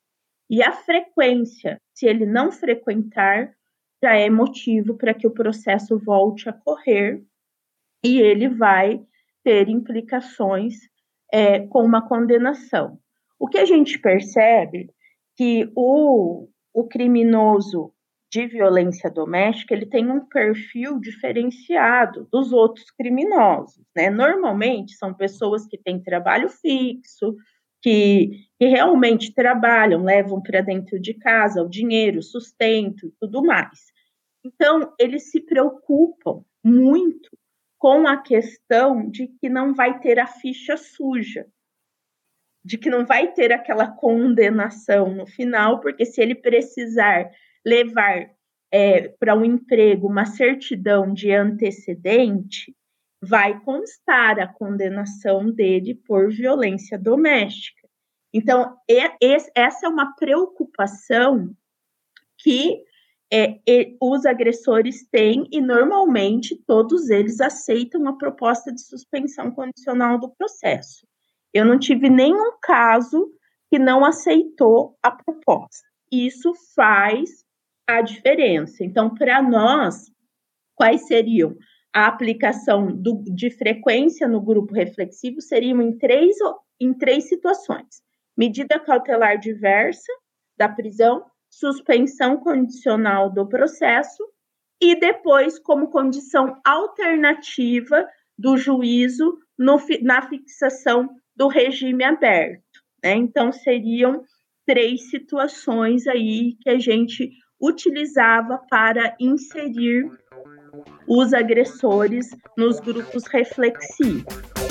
E a frequência, se ele não frequentar, já é motivo para que o processo volte a correr e ele vai ter implicações é, com uma condenação. O que a gente percebe que o, o criminoso de violência doméstica, ele tem um perfil diferenciado dos outros criminosos, né? Normalmente são pessoas que têm trabalho fixo, que, que realmente trabalham, levam para dentro de casa o dinheiro, sustento e tudo mais. Então, eles se preocupam muito com a questão de que não vai ter a ficha suja, de que não vai ter aquela condenação no final, porque se ele precisar levar é, para um emprego uma certidão de antecedente, vai constar a condenação dele por violência doméstica. Então, é, essa é uma preocupação que é, é, os agressores têm e, normalmente, todos eles aceitam a proposta de suspensão condicional do processo. Eu não tive nenhum caso que não aceitou a proposta. Isso faz a diferença. Então, para nós, quais seriam? A aplicação do, de frequência no grupo reflexivo seriam em três, em três situações. Medida cautelar diversa da prisão, suspensão condicional do processo e depois como condição alternativa do juízo no, na fixação do regime aberto, né? Então, seriam três situações aí que a gente utilizava para inserir os agressores nos grupos reflexivos.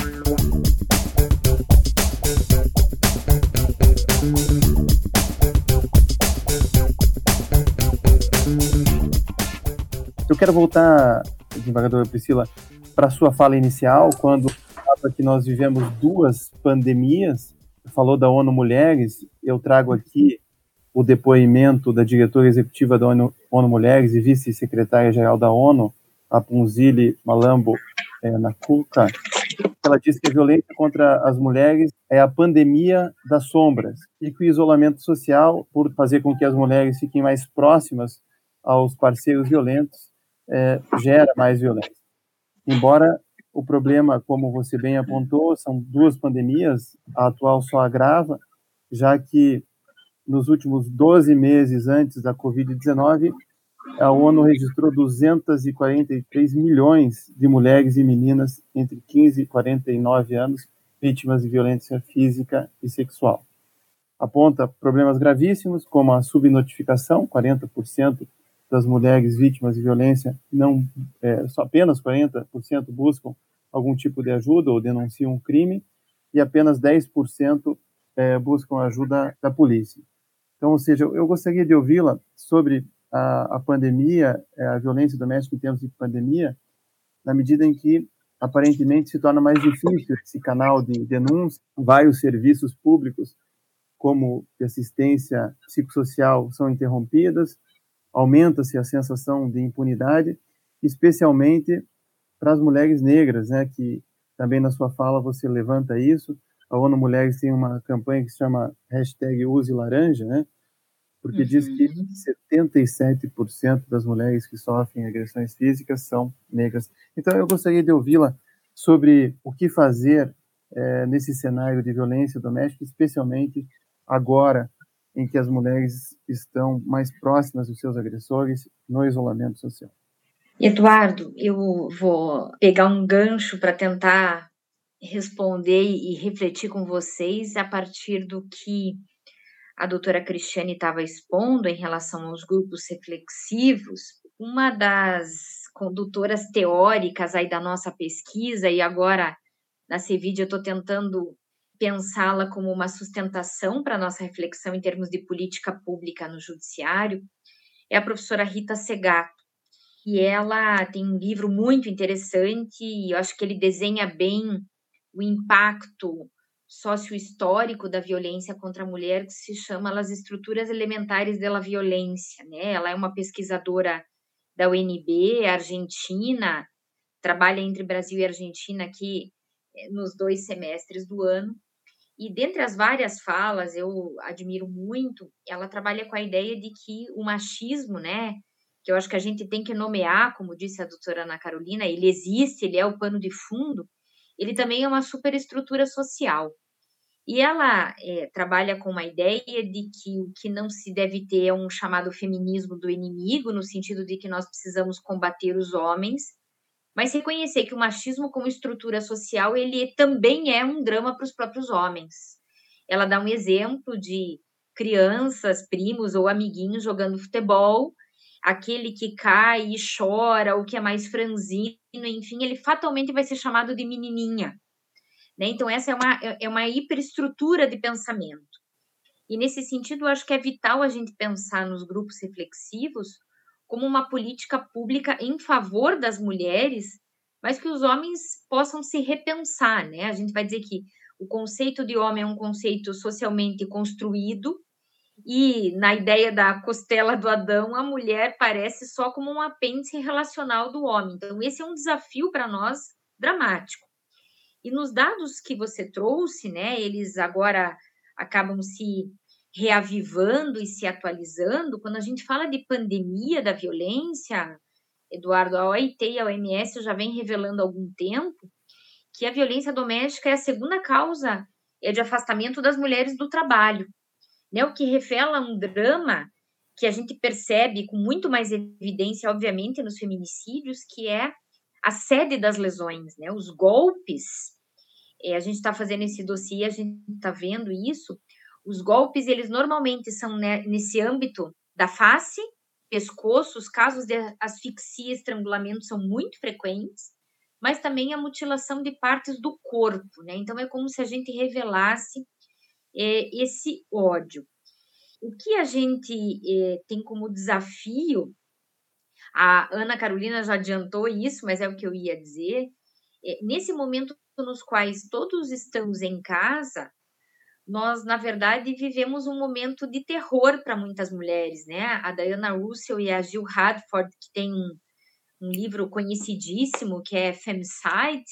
Eu quero voltar, desembargadora Priscila, para a sua fala inicial, quando falava que nós vivemos duas pandemias, falou da ONU Mulheres, eu trago aqui o depoimento da diretora executiva da ONU, ONU Mulheres e vice-secretária-geral da ONU, a Phumzile Mlambo é, Ngcuka. Ela disse que a violência contra as mulheres é a pandemia das sombras e que o isolamento social, por fazer com que as mulheres fiquem mais próximas aos parceiros violentos, é, gera mais violência. Embora o problema, como você bem apontou, são duas pandemias, a atual só agrava, já que nos últimos doze meses antes da covid dezenove, a ONU registrou duzentos e quarenta e três milhões de mulheres e meninas entre quinze e quarenta e nove anos vítimas de violência física e sexual. Aponta problemas gravíssimos, como a subnotificação, quarenta por cento das mulheres vítimas de violência, não, é, só apenas quarenta por cento buscam algum tipo de ajuda ou denunciam um crime, e apenas dez por cento é, buscam ajuda da polícia. Então, ou seja, eu gostaria de ouvi-la sobre a, a pandemia, a violência doméstica em termos de pandemia, na medida em que, aparentemente, se torna mais difícil esse canal de denúncia, vários serviços públicos, como de assistência psicossocial, são interrompidas, aumenta-se a sensação de impunidade, especialmente para as mulheres negras, né, que também na sua fala você levanta isso. A ONU Mulheres tem uma campanha que se chama hashtag Use Laranja, né, porque uhum. diz que setenta e sete por cento das mulheres que sofrem agressões físicas são negras. Então eu gostaria de ouvi-la sobre o que fazer é, nesse cenário de violência doméstica, especialmente agora em que as mulheres estão mais próximas dos seus agressores no isolamento social. Eduardo, eu vou pegar um gancho para tentar responder e refletir com vocês a partir do que a doutora Cristiane estava expondo em relação aos grupos reflexivos. Uma das condutoras teóricas aí da nossa pesquisa, e agora na CEVID eu estou tentando pensá-la como uma sustentação para a nossa reflexão em termos de política pública no judiciário, é a professora Rita Segato. E ela tem um livro muito interessante, e eu acho que ele desenha bem o impacto sociohistórico da violência contra a mulher, que se chama As Estruturas Elementares da Violência, né? Ela é uma pesquisadora da U N B, argentina, trabalha entre Brasil e Argentina aqui nos dois semestres do ano, E dentre as várias falas, eu admiro muito, ela trabalha com a ideia de que o machismo, né, que eu acho que a gente tem que nomear, como disse a doutora Ana Carolina, ele existe, ele é o pano de fundo, ele também é uma superestrutura social. E ela é, trabalha com uma ideia de que o que não se deve ter é um chamado feminismo do inimigo, no sentido de que nós precisamos combater os homens, mas reconhecer que o machismo como estrutura social, ele também é um drama para os próprios homens. Ela dá um exemplo de crianças, primos ou amiguinhos jogando futebol, aquele que cai e chora, ou que é mais franzino, enfim, ele fatalmente vai ser chamado de menininha. Né? Então, essa é uma, é uma hiperestrutura de pensamento. E, nesse sentido, eu acho que é vital a gente pensar nos grupos reflexivos como uma política pública em favor das mulheres, mas que os homens possam se repensar, né? A gente vai dizer que o conceito de homem é um conceito socialmente construído e, na ideia da costela do Adão, a mulher parece só como um apêndice relacional do homem. Então, esse é um desafio para nós dramático. E nos dados que você trouxe, né, eles agora acabam se reavivando e se atualizando. Quando a gente fala de pandemia da violência, Eduardo, a O I T e a O M S já vem revelando há algum tempo que a violência doméstica é a segunda causa de afastamento das mulheres do trabalho, né, o que revela um drama que a gente percebe com muito mais evidência, obviamente, nos feminicídios, que é a sede das lesões, né? Os golpes, é, a gente está fazendo esse dossiê, a gente está vendo isso, os golpes, eles normalmente são, né, nesse âmbito da face, pescoço, os casos de asfixia, estrangulamento são muito frequentes, mas também a mutilação de partes do corpo, né? Então, é como se a gente revelasse é, esse ódio. O que a gente é, tem como desafio, a Ana Carolina já adiantou isso, mas é o que eu ia dizer, é, nesse momento nos quais todos estamos em casa, nós, na verdade, vivemos um momento de terror para muitas mulheres, né? A Diana Russell e a Jill Radford, que tem um, um livro conhecidíssimo, que é Femicide,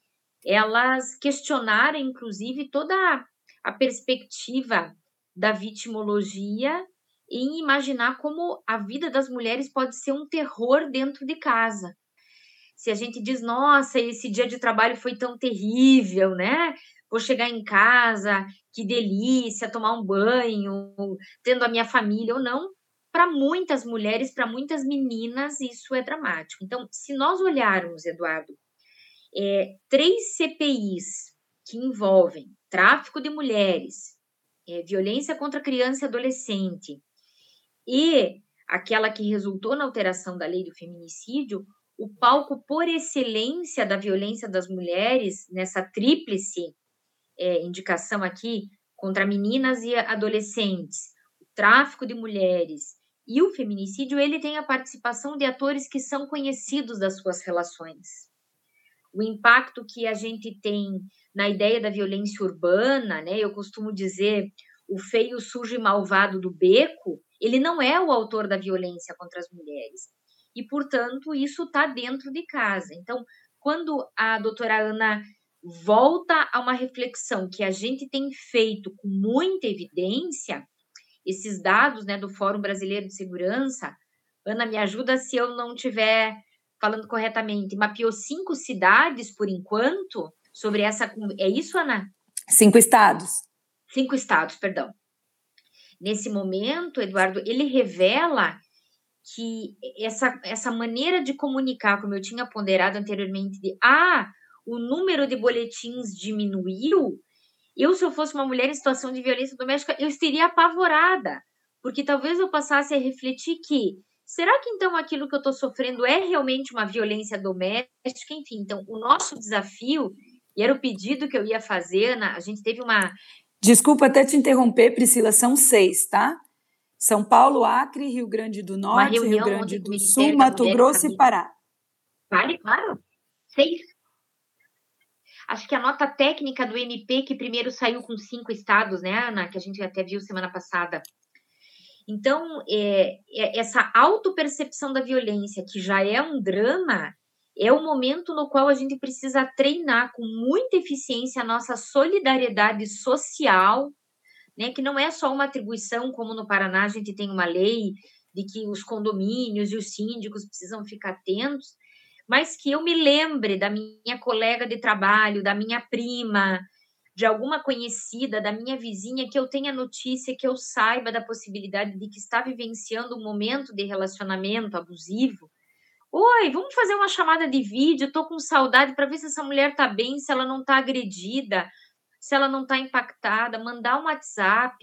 elas questionaram, inclusive, toda a, a perspectiva da vitimologia em imaginar como a vida das mulheres pode ser um terror dentro de casa. Se a gente diz, nossa, esse dia de trabalho foi tão terrível, né? Vou chegar em casa, que delícia, tomar um banho, tendo a minha família ou não. Para muitas mulheres, para muitas meninas, isso é dramático. Então, se nós olharmos, Eduardo, é, três C P Is que envolvem tráfico de mulheres, é, violência contra criança e adolescente e aquela que resultou na alteração da lei do feminicídio, o palco por excelência da violência das mulheres, nessa tríplice é, indicação aqui, contra meninas e adolescentes, o tráfico de mulheres e o feminicídio, ele tem a participação de atores que são conhecidos das suas relações. O impacto que a gente tem na ideia da violência urbana, né? Eu costumo dizer, o feio, sujo e malvado do beco, ele não é o autor da violência contra as mulheres. E, portanto, isso está dentro de casa. Então, quando a doutora Ana volta a uma reflexão que a gente tem feito com muita evidência, esses dados, né, do Fórum Brasileiro de Segurança, Ana, me ajuda se eu não estiver falando corretamente, mapeou cinco cidades, por enquanto, sobre essa... É isso, Ana? Cinco estados. Cinco estados, perdão. Nesse momento, Eduardo, ele revela que essa, essa maneira de comunicar, como eu tinha ponderado anteriormente, de ah, o número de boletins diminuiu, eu, se eu fosse uma mulher em situação de violência doméstica, eu estaria apavorada, porque talvez eu passasse a refletir que, será que então aquilo que eu estou sofrendo é realmente uma violência doméstica? Enfim, então, o nosso desafio, e era o pedido que eu ia fazer, Ana, a gente teve uma... Desculpa até te interromper, Priscila, são seis, tá? São Paulo, Acre, Rio Grande do Norte, Rio Grande do Sul, Mato Grosso e Pará. Vale, claro. Seis. Acho que a nota técnica do M P, que primeiro saiu com cinco estados, né, Ana? Que a gente até viu semana passada. Então, é, é, essa autopercepção da violência, que já é um drama, é o momento no qual a gente precisa treinar com muita eficiência a nossa solidariedade social, né, que não é só uma atribuição, como no Paraná a gente tem uma lei de que os condomínios e os síndicos precisam ficar atentos, mas que eu me lembre da minha colega de trabalho, da minha prima, de alguma conhecida, da minha vizinha, que eu tenha notícia, que eu saiba da possibilidade de que está vivenciando um momento de relacionamento abusivo. Oi, vamos fazer uma chamada de vídeo, estou com saudade para ver se essa mulher está bem, se ela não está agredida, se ela não está impactada, mandar um WhatsApp.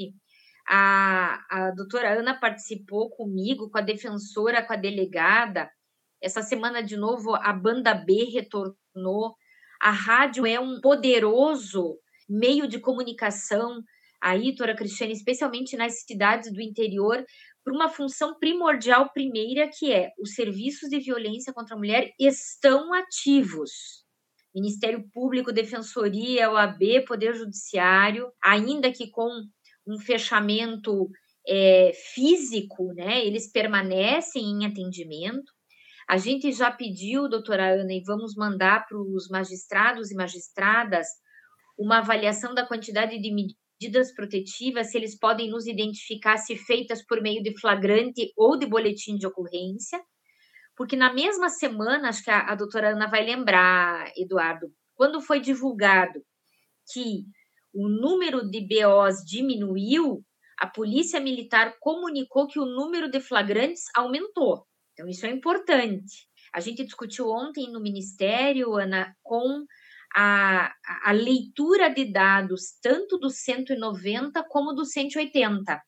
A, a doutora Ana participou comigo, com a defensora, com a delegada. Essa semana, de novo, a Banda B retornou. A rádio é um poderoso meio de comunicação, aí, doutora Cristiane, especialmente nas cidades do interior, por uma função primordial primeira, que é os serviços de violência contra a mulher estão ativos. Ministério Público, Defensoria, O A B, Poder Judiciário, ainda que com um fechamento é, físico, né, eles permanecem em atendimento. A gente já pediu, doutora Ana, e vamos mandar para os magistrados e magistradas uma avaliação da quantidade de medidas protetivas, se eles podem nos identificar se feitas por meio de flagrante ou de boletim de ocorrência, porque na mesma semana, acho que a, a doutora Ana vai lembrar, Eduardo, quando foi divulgado que o número de B Os diminuiu, a Polícia Militar comunicou que o número de flagrantes aumentou. Então, isso é importante. A gente discutiu ontem no Ministério, Ana, com a, a leitura de dados, tanto do cento e noventa como do cento e oitenta.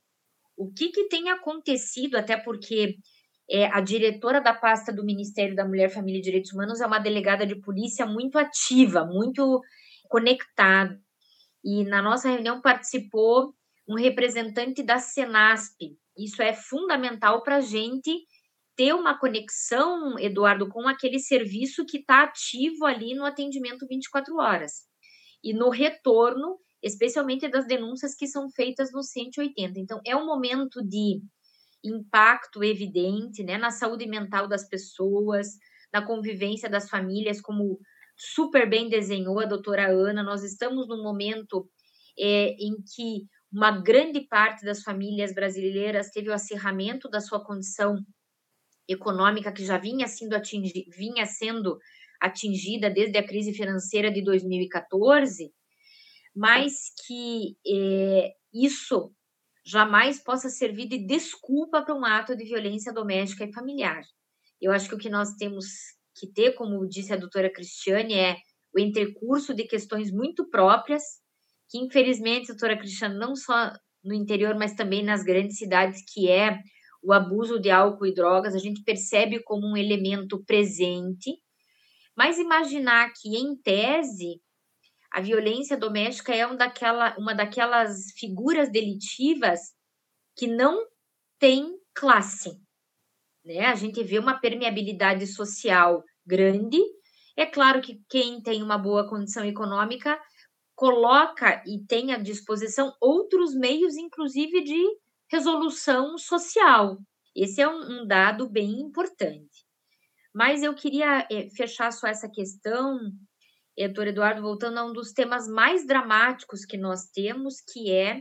O que, que tem acontecido, até porque é, a diretora da pasta do Ministério da Mulher, Família e Direitos Humanos é uma delegada de polícia muito ativa, muito conectada. E na nossa reunião participou um representante da Senasp. Isso é fundamental para a gente ter uma conexão, Eduardo, com aquele serviço que está ativo ali no atendimento vinte e quatro horas. E no retorno, especialmente das denúncias que são feitas no cento e oitenta. Então, é um momento de impacto evidente, né, na saúde mental das pessoas, na convivência das famílias, como super bem desenhou a doutora Ana. Nós estamos num momento é, em que uma grande parte das famílias brasileiras teve o acirramento da sua condição econômica, que já vinha sendo, atingi, vinha sendo atingida desde a crise financeira de dois mil e quatorze, mas que é, isso jamais possa servir de desculpa para um ato de violência doméstica e familiar. Eu acho que o que nós temos que ter, como disse a doutora Cristiane, é o entrecurso de questões muito próprias, que infelizmente, doutora Cristiane, não só no interior, mas também nas grandes cidades, que é o abuso de álcool e drogas, a gente percebe como um elemento presente, mas imaginar que, em tese, a violência doméstica é um daquela, uma daquelas figuras delitivas que não tem classe, né? A gente vê uma permeabilidade social grande. É claro que quem tem uma boa condição econômica coloca e tem à disposição outros meios, inclusive de resolução social. Esse é um, um dado bem importante. Mas eu queria é, fechar só essa questão, doutor Eduardo, voltando a um dos temas mais dramáticos que nós temos, que é,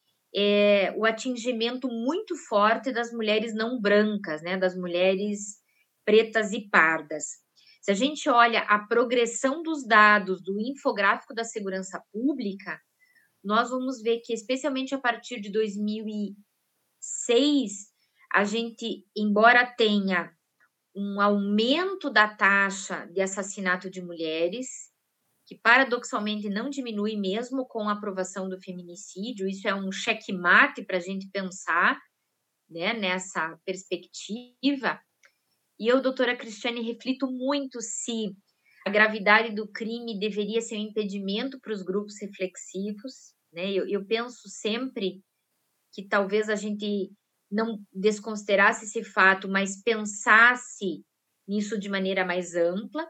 é o atingimento muito forte das mulheres não brancas, né, das mulheres pretas e pardas. Se a gente olha a progressão dos dados do infográfico da segurança pública, nós vamos ver que, especialmente a partir de dois mil e seis, a gente, embora tenha um aumento da taxa de assassinato de mulheres, que paradoxalmente não diminui mesmo com a aprovação do feminicídio, isso é um checkmate para a gente pensar, né, nessa perspectiva. E eu, doutora Cristiane, reflito muito se a gravidade do crime deveria ser um impedimento para os grupos reflexivos, né? Eu, eu penso sempre que talvez a gente não desconsiderasse esse fato, mas pensasse nisso de maneira mais ampla,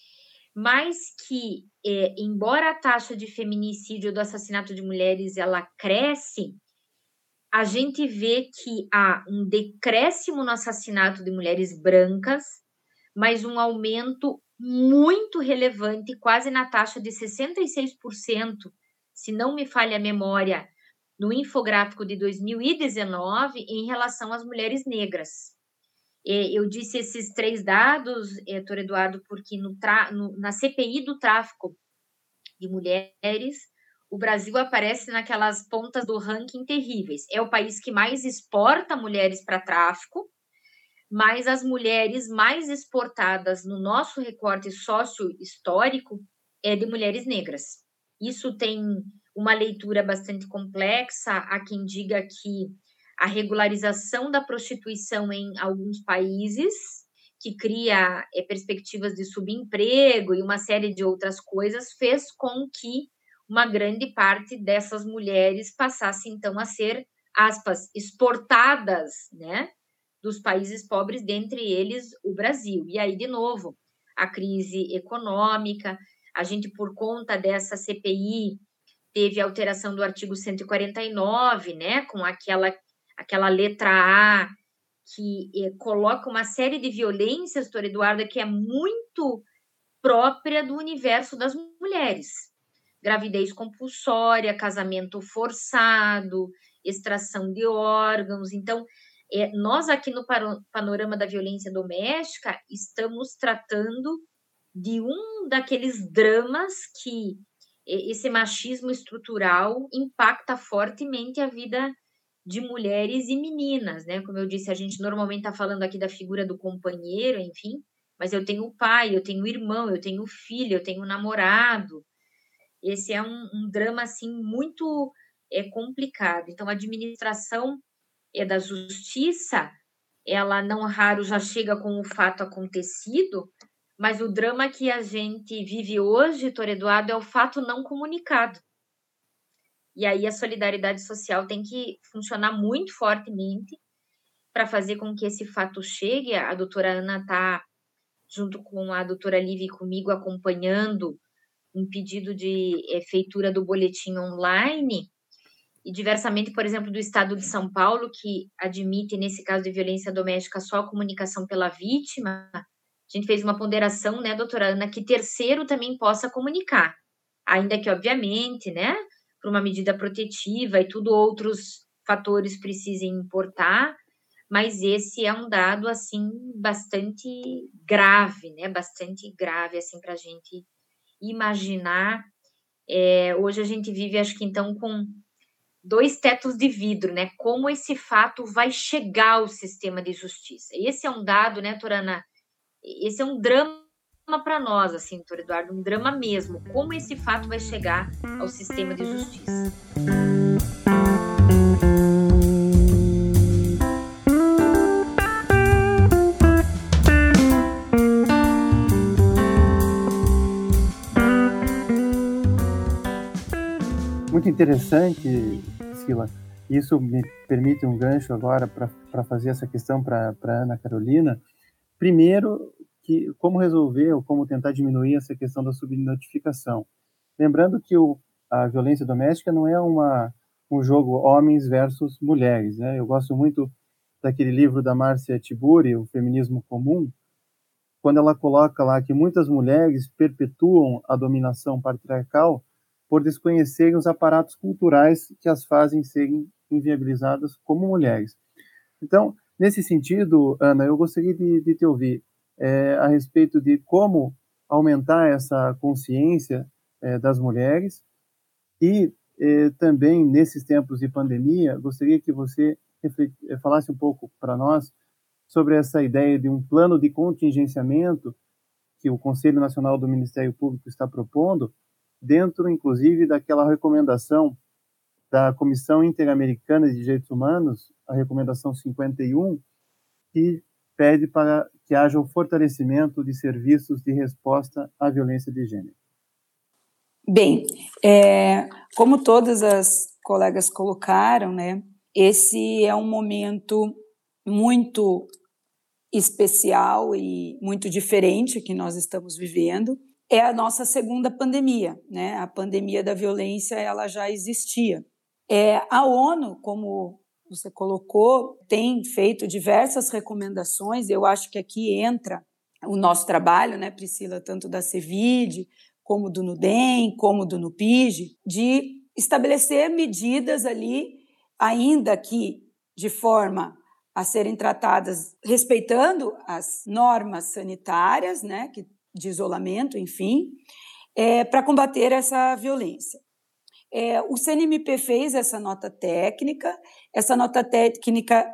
mas que, é, embora a taxa de feminicídio do assassinato de mulheres ela cresce, a gente vê que há um decréscimo no assassinato de mulheres brancas, mas um aumento muito relevante, quase na taxa de sessenta e seis por cento, se não me falha a memória, no infográfico de dois mil e dezenove, em relação às mulheres negras. Eu disse esses três dados, doutor Eduardo, porque no tra... no, na C P I do tráfico de mulheres, o Brasil aparece naquelas pontas do ranking terríveis. É o país que mais exporta mulheres para tráfico, mas as mulheres mais exportadas no nosso recorte sócio-histórico é de mulheres negras. Isso tem uma leitura bastante complexa. Há quem diga que a regularização da prostituição em alguns países, que cria é, perspectivas de subemprego e uma série de outras coisas, fez com que uma grande parte dessas mulheres passasse, então, a ser, aspas, exportadas, né, dos países pobres, dentre eles o Brasil. E aí, de novo, a crise econômica, a gente, por conta dessa C P I, teve a alteração do artigo cento e quarenta e nove, né, com aquela, aquela letra A, que eh, coloca uma série de violências, doutor Eduardo, que é muito própria do universo das mulheres. Gravidez compulsória, casamento forçado, extração de órgãos. Então, é, nós aqui no panorama da violência doméstica estamos tratando de um daqueles dramas que esse machismo estrutural impacta fortemente a vida de mulheres e meninas, né? Como eu disse, a gente normalmente está falando aqui da figura do companheiro, enfim, mas eu tenho pai, eu tenho irmão, eu tenho filho, eu tenho namorado. Esse é um, um drama, assim, muito é, complicado. Então, a administração é, da justiça, ela não raro já chega com o fato acontecido, mas o drama que a gente vive hoje, doutor Eduardo, é o fato não comunicado. E aí a solidariedade social tem que funcionar muito fortemente para fazer com que esse fato chegue. A doutora Ana está, junto com a doutora Lívia e comigo, acompanhando um pedido de é, feitura do boletim online, e diversamente, por exemplo, do Estado de São Paulo, que admite, nesse caso de violência doméstica, só a comunicação pela vítima. A gente fez uma ponderação, né, doutora Ana, que terceiro também possa comunicar, ainda que, obviamente, né, por uma medida protetiva e tudo, outros fatores precisem importar, mas esse é um dado, assim, bastante grave, né, bastante grave, assim, para a gente imaginar. É, hoje a gente vive, acho que, então, com dois tetos de vidro, né, como esse fato vai chegar ao sistema de justiça. Esse é um dado, né, doutora Ana, esse é um drama para nós, assim, doutor Eduardo, um drama mesmo, como esse fato vai chegar ao sistema de justiça. Muito interessante, Sila. Isso me permite um gancho agora para fazer essa questão para a Ana Carolina. Primeiro, que, como resolver ou como tentar diminuir essa questão da subnotificação. Lembrando que o, a violência doméstica não é uma, um jogo homens versus mulheres, né? Eu gosto muito daquele livro da Márcia Tiburi, O Feminismo Comum, quando ela coloca lá que muitas mulheres perpetuam a dominação patriarcal por desconhecerem os aparatos culturais que as fazem serem inviabilizadas como mulheres. Então, nesse sentido, Ana, eu gostaria de, de te ouvir é, a respeito de como aumentar essa consciência é, das mulheres e é, também, nesses tempos de pandemia, gostaria que você falasse um pouco para nós sobre essa ideia de um plano de contingenciamento que o Conselho Nacional do Ministério Público está propondo, dentro, inclusive, daquela recomendação da Comissão Interamericana de Direitos Humanos, a recomendação cinquenta e um, que pede para que haja o fortalecimento de serviços de resposta à violência de gênero. Bem, é, como todas as colegas colocaram, né, esse é um momento muito especial e muito diferente que nós estamos vivendo. É a nossa segunda pandemia, né? A pandemia da violência, ela já existia. É, a ONU, como você colocou, tem feito diversas recomendações. Eu acho que aqui entra o nosso trabalho, né, Priscila, tanto da CEVID, como do NUDEM, como do NUPIGE, de estabelecer medidas ali, ainda que de forma a serem tratadas respeitando as normas sanitárias, né, que, de isolamento, enfim, é, para combater essa violência. É, o C N M P fez essa nota técnica, essa nota técnica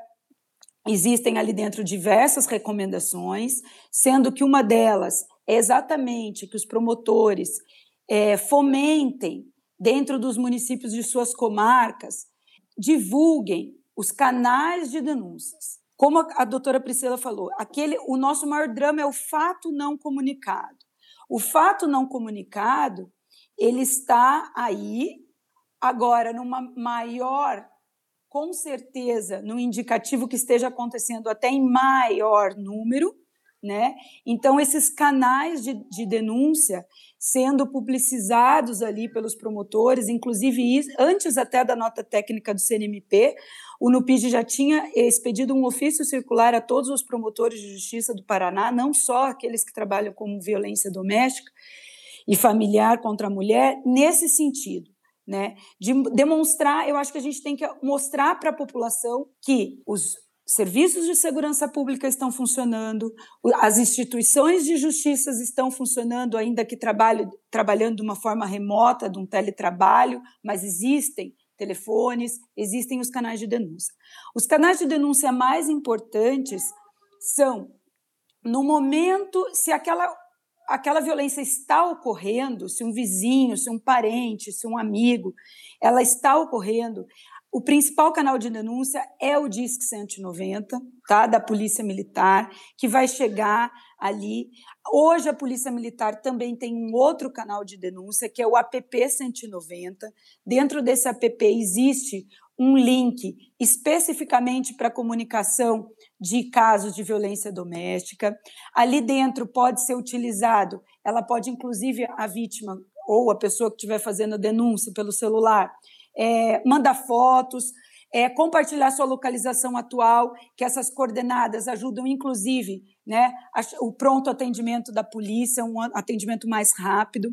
existem ali dentro diversas recomendações, sendo que uma delas é exatamente que os promotores é, fomentem, dentro dos municípios de suas comarcas, divulguem os canais de denúncias. Como a, a doutora Priscila falou, aquele, o nosso maior drama é o fato não comunicado. O fato não comunicado, ele está aí, agora, numa maior, com certeza, no indicativo que esteja acontecendo até em maior número, né? Então, esses canais de, de denúncia sendo publicizados ali pelos promotores, inclusive antes até da nota técnica do C N M P, o NUPIGE já tinha expedido um ofício circular a todos os promotores de justiça do Paraná, não só aqueles que trabalham com violência doméstica e familiar contra a mulher, nesse sentido, né? De demonstrar, eu acho que a gente tem que mostrar para a população que os serviços de segurança pública estão funcionando, as instituições de justiça estão funcionando, ainda que trabalho, trabalhando de uma forma remota, de um teletrabalho, mas existem telefones, existem os canais de denúncia. Os canais de denúncia mais importantes são, no momento, se aquela, aquela violência está ocorrendo, se um vizinho, se um parente, se um amigo, ela está ocorrendo, o principal canal de denúncia é o Disque cento e noventa, tá, da Polícia Militar, que vai chegar ali. Hoje a Polícia Militar também tem um outro canal de denúncia, que é o A P P cento e noventa. Dentro desse A P P existe um link especificamente para comunicação de casos de violência doméstica. Ali dentro pode ser utilizado, ela pode, inclusive, a vítima ou a pessoa que estiver fazendo a denúncia pelo celular, É, mandar fotos, é, compartilhar sua localização atual, que essas coordenadas ajudam, inclusive, né, a, o pronto atendimento da polícia, um atendimento mais rápido.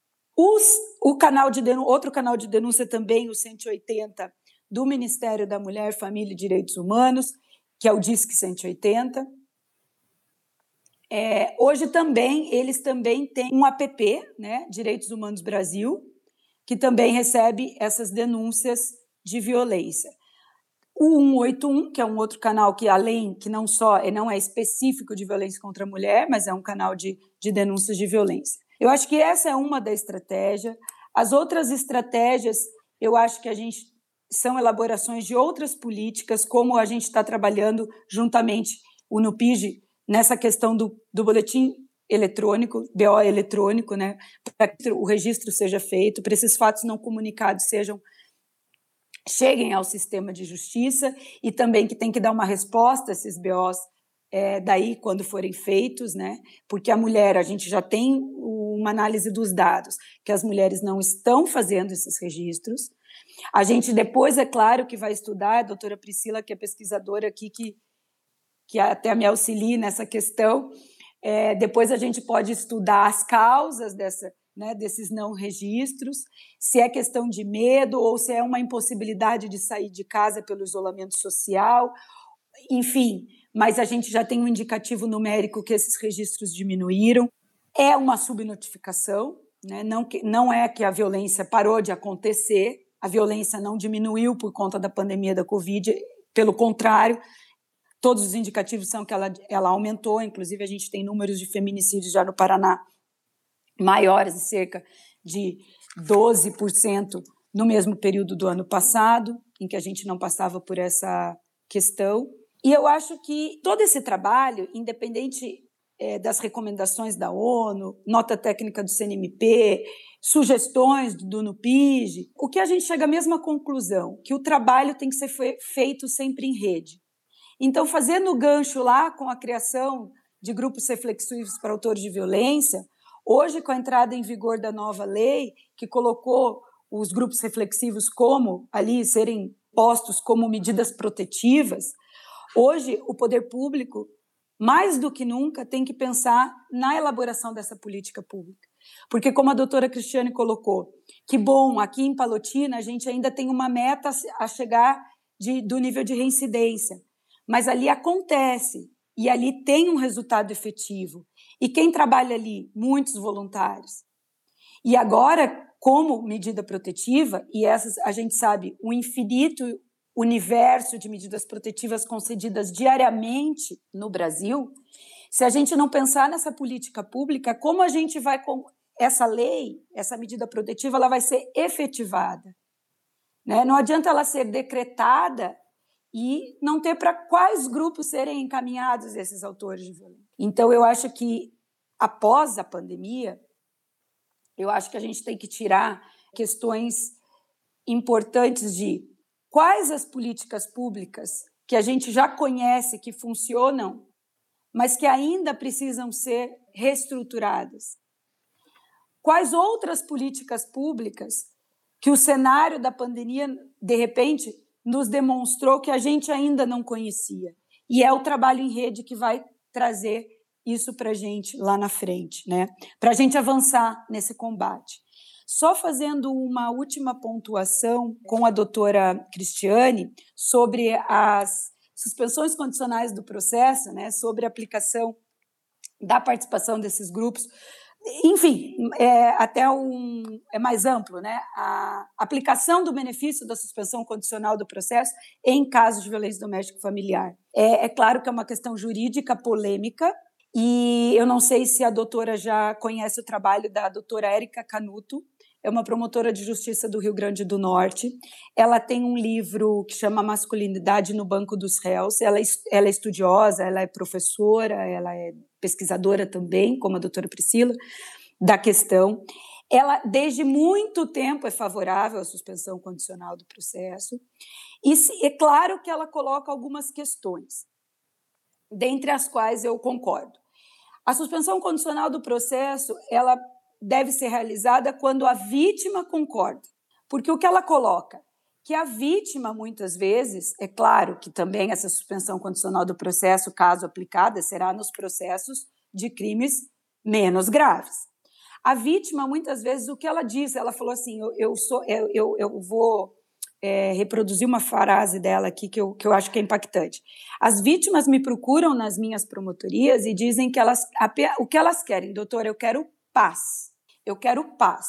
Os, o canal de denúncia, outro canal de denúncia também, o cento e oitenta, do Ministério da Mulher, Família e Direitos Humanos, que é o Disque cento e oitenta. É, hoje também, eles também têm um app, né, Direitos Humanos Brasil, que também recebe essas denúncias de violência. O cento e oitenta e um, que é um outro canal que, além, que não só não é específico de violência contra a mulher, mas é um canal de, de denúncias de violência. Eu acho que essa é uma da estratégia. As outras estratégias, eu acho que a gente são elaborações de outras políticas, como a gente está trabalhando juntamente o NUPIGE nessa questão do, do boletim eletrônico, B O eletrônico, né, para que o registro seja feito, para esses fatos não comunicados sejam cheguem ao sistema de justiça, e também que tem que dar uma resposta a esses B Os é, daí quando forem feitos, né, porque a mulher, a gente já tem uma análise dos dados, que as mulheres não estão fazendo esses registros. A gente depois, é claro, que vai estudar, a doutora Priscila, que é pesquisadora aqui, que, que até me auxilia nessa questão. É, depois a gente pode estudar as causas dessa, né, desses não registros, se é questão de medo ou se é uma impossibilidade de sair de casa pelo isolamento social, enfim, mas a gente já tem um indicativo numérico que esses registros diminuíram. É uma subnotificação, né, não, que, não é que a violência parou de acontecer, a violência não diminuiu por conta da pandemia da Covid, pelo contrário, todos os indicativos são que ela, ela aumentou, inclusive a gente tem números de feminicídios já no Paraná maiores, de cerca de doze por cento no mesmo período do ano passado, em que a gente não passava por essa questão. E eu acho que todo esse trabalho, independente é, das recomendações da ONU, nota técnica do C N M P, sugestões do NUPIGE, o que a gente chega à mesma conclusão, que o trabalho tem que ser feito sempre em rede. Então, fazendo o gancho lá com a criação de grupos reflexivos para autores de violência, hoje, com a entrada em vigor da nova lei, que colocou os grupos reflexivos como ali serem postos como medidas protetivas, hoje o poder público mais do que nunca, tem que pensar na elaboração dessa política pública. Porque, como a doutora Cristiane colocou, que bom, aqui em Palotina a gente ainda tem uma meta a chegar de, do nível de reincidência, mas ali acontece, e ali tem um resultado efetivo. E quem trabalha ali? Muitos voluntários. E agora, como medida protetiva, e essas a gente sabe, o infinito universo de medidas protetivas concedidas diariamente no Brasil, se a gente não pensar nessa política pública, como a gente vai com essa lei, essa medida protetiva, ela vai ser efetivada, né? Não adianta ela ser decretada e não ter para quais grupos serem encaminhados esses autores de violência. Então, eu acho que, após a pandemia, eu acho que a gente tem que tirar questões importantes de quais as políticas públicas que a gente já conhece, que funcionam, mas que ainda precisam ser reestruturadas. Quais outras políticas públicas que o cenário da pandemia, de repente, nos demonstrou que a gente ainda não conhecia. E é o trabalho em rede que vai trazer isso para a gente lá na frente, né? Para a gente avançar nesse combate. Só fazendo uma última pontuação com a doutora Cristiane sobre as suspensões condicionais do processo, né, sobre a aplicação da participação desses grupos. Enfim, é até um, é mais amplo, né? A aplicação do benefício da suspensão condicional do processo em casos de violência doméstica familiar. É, é claro que é uma questão jurídica polêmica, e eu não sei se a doutora já conhece o trabalho da doutora Érica Canuto, é uma promotora de justiça do Rio Grande do Norte. Ela tem um livro que chama Masculinidade no Banco dos Réus. Ela é, ela é estudiosa, ela é professora, ela é pesquisadora também, como a doutora Priscila, da questão. Ela, desde muito tempo, é favorável à suspensão condicional do processo. E é claro que ela coloca algumas questões, dentre as quais eu concordo. A suspensão condicional do processo, ela deve ser realizada quando a vítima concorda. Porque o que ela coloca? Que a vítima, muitas vezes, é claro que também essa suspensão condicional do processo, caso aplicada, será nos processos de crimes menos graves. A vítima, muitas vezes, o que ela diz? Ela falou assim, eu, eu, sou, eu, eu, eu vou é, reproduzir uma frase dela aqui que eu, que eu acho que é impactante. As vítimas me procuram nas minhas promotorias e dizem que elas, o que elas querem, doutora, eu quero paz. Eu quero paz.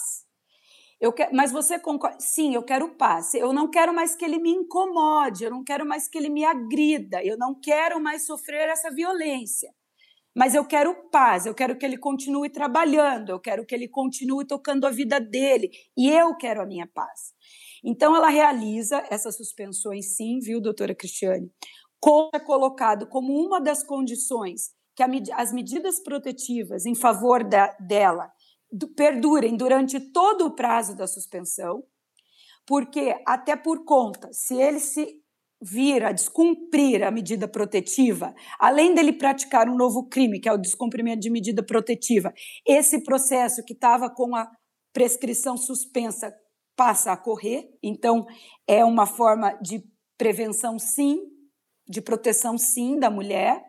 Eu quero, mas você concorda? Sim, eu quero paz. Eu não quero mais que ele me incomode, eu não quero mais que ele me agrida, eu não quero mais sofrer essa violência. Mas eu quero paz, eu quero que ele continue trabalhando, eu quero que ele continue tocando a vida dele, e eu quero a minha paz. Então, ela realiza essas suspensões, sim, viu, doutora Cristiane? É colocado como uma das condições que a, as medidas protetivas em favor da, dela do, perdurem durante todo o prazo da suspensão, porque, até por conta, se ele se vir a descumprir a medida protetiva, além dele praticar um novo crime, que é o descumprimento de medida protetiva, esse processo que estava com a prescrição suspensa passa a correr. Então, é uma forma de prevenção, sim, de proteção, sim, da mulher,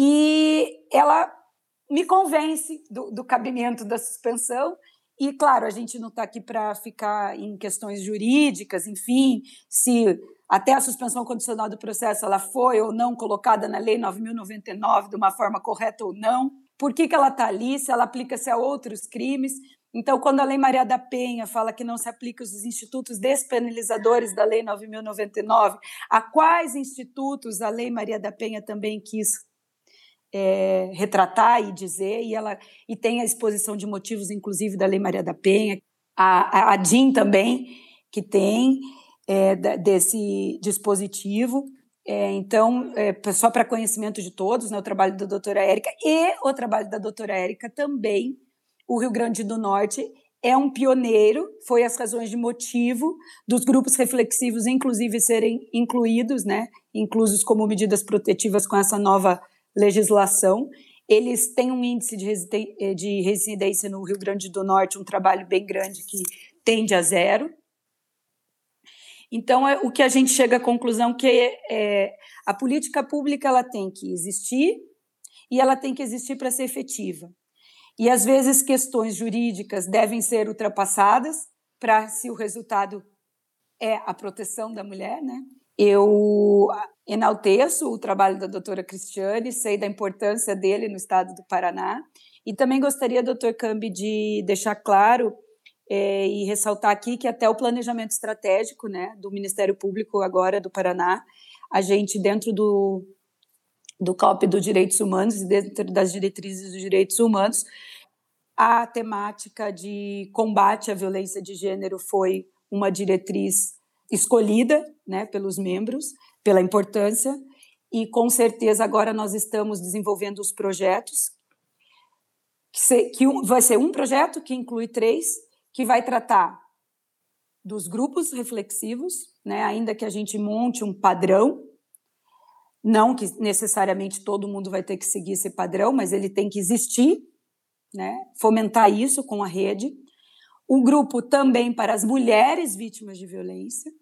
e ela me convence do, do cabimento da suspensão. E, claro, a gente não está aqui para ficar em questões jurídicas, enfim, se até a suspensão condicional do processo ela foi ou não colocada na Lei nove mil e noventa e nove de uma forma correta ou não, por que, que ela está ali, se ela aplica-se a outros crimes. Então, quando a Lei Maria da Penha fala que não se aplica os institutos despenalizadores da Lei nove mil e noventa e nove, a quais institutos a Lei Maria da Penha também quis É, retratar e dizer, e, ela, e tem a exposição de motivos, inclusive, da Lei Maria da Penha, a, a, a D I N também, que tem é, desse dispositivo. É, então, é, só para conhecimento de todos, né, o trabalho da doutora Érica e o trabalho da doutora Érica também, o Rio Grande do Norte é um pioneiro, foi as razões de motivo dos grupos reflexivos, inclusive, serem incluídos, né, inclusos como medidas protetivas com essa nova legislação. Eles têm um índice de, residen- de residência no Rio Grande do Norte, um trabalho bem grande que tende a zero. Então, é, o que a gente chega à conclusão que é, é, a política pública ela tem que existir e ela tem que existir para ser efetiva. E, às vezes, questões jurídicas devem ser ultrapassadas para, se o resultado é a proteção da mulher, né? Eu enalteço o trabalho da doutora Cristiane, sei da importância dele no estado do Paraná, e também gostaria, doutor Cambi, de deixar claro é, e ressaltar aqui que até o planejamento estratégico, né, do Ministério Público agora do Paraná, a gente, dentro do, do C O P dos Direitos Humanos e dentro das diretrizes dos direitos humanos, a temática de combate à violência de gênero foi uma diretriz escolhida, né, pelos membros, pela importância, e com certeza agora nós estamos desenvolvendo os projetos, que, se, que um, vai ser um projeto que inclui três, que vai tratar dos grupos reflexivos, né, ainda que a gente monte um padrão, não que necessariamente todo mundo vai ter que seguir esse padrão, mas ele tem que existir, né, fomentar isso com a rede. Um grupo também para as mulheres vítimas de violência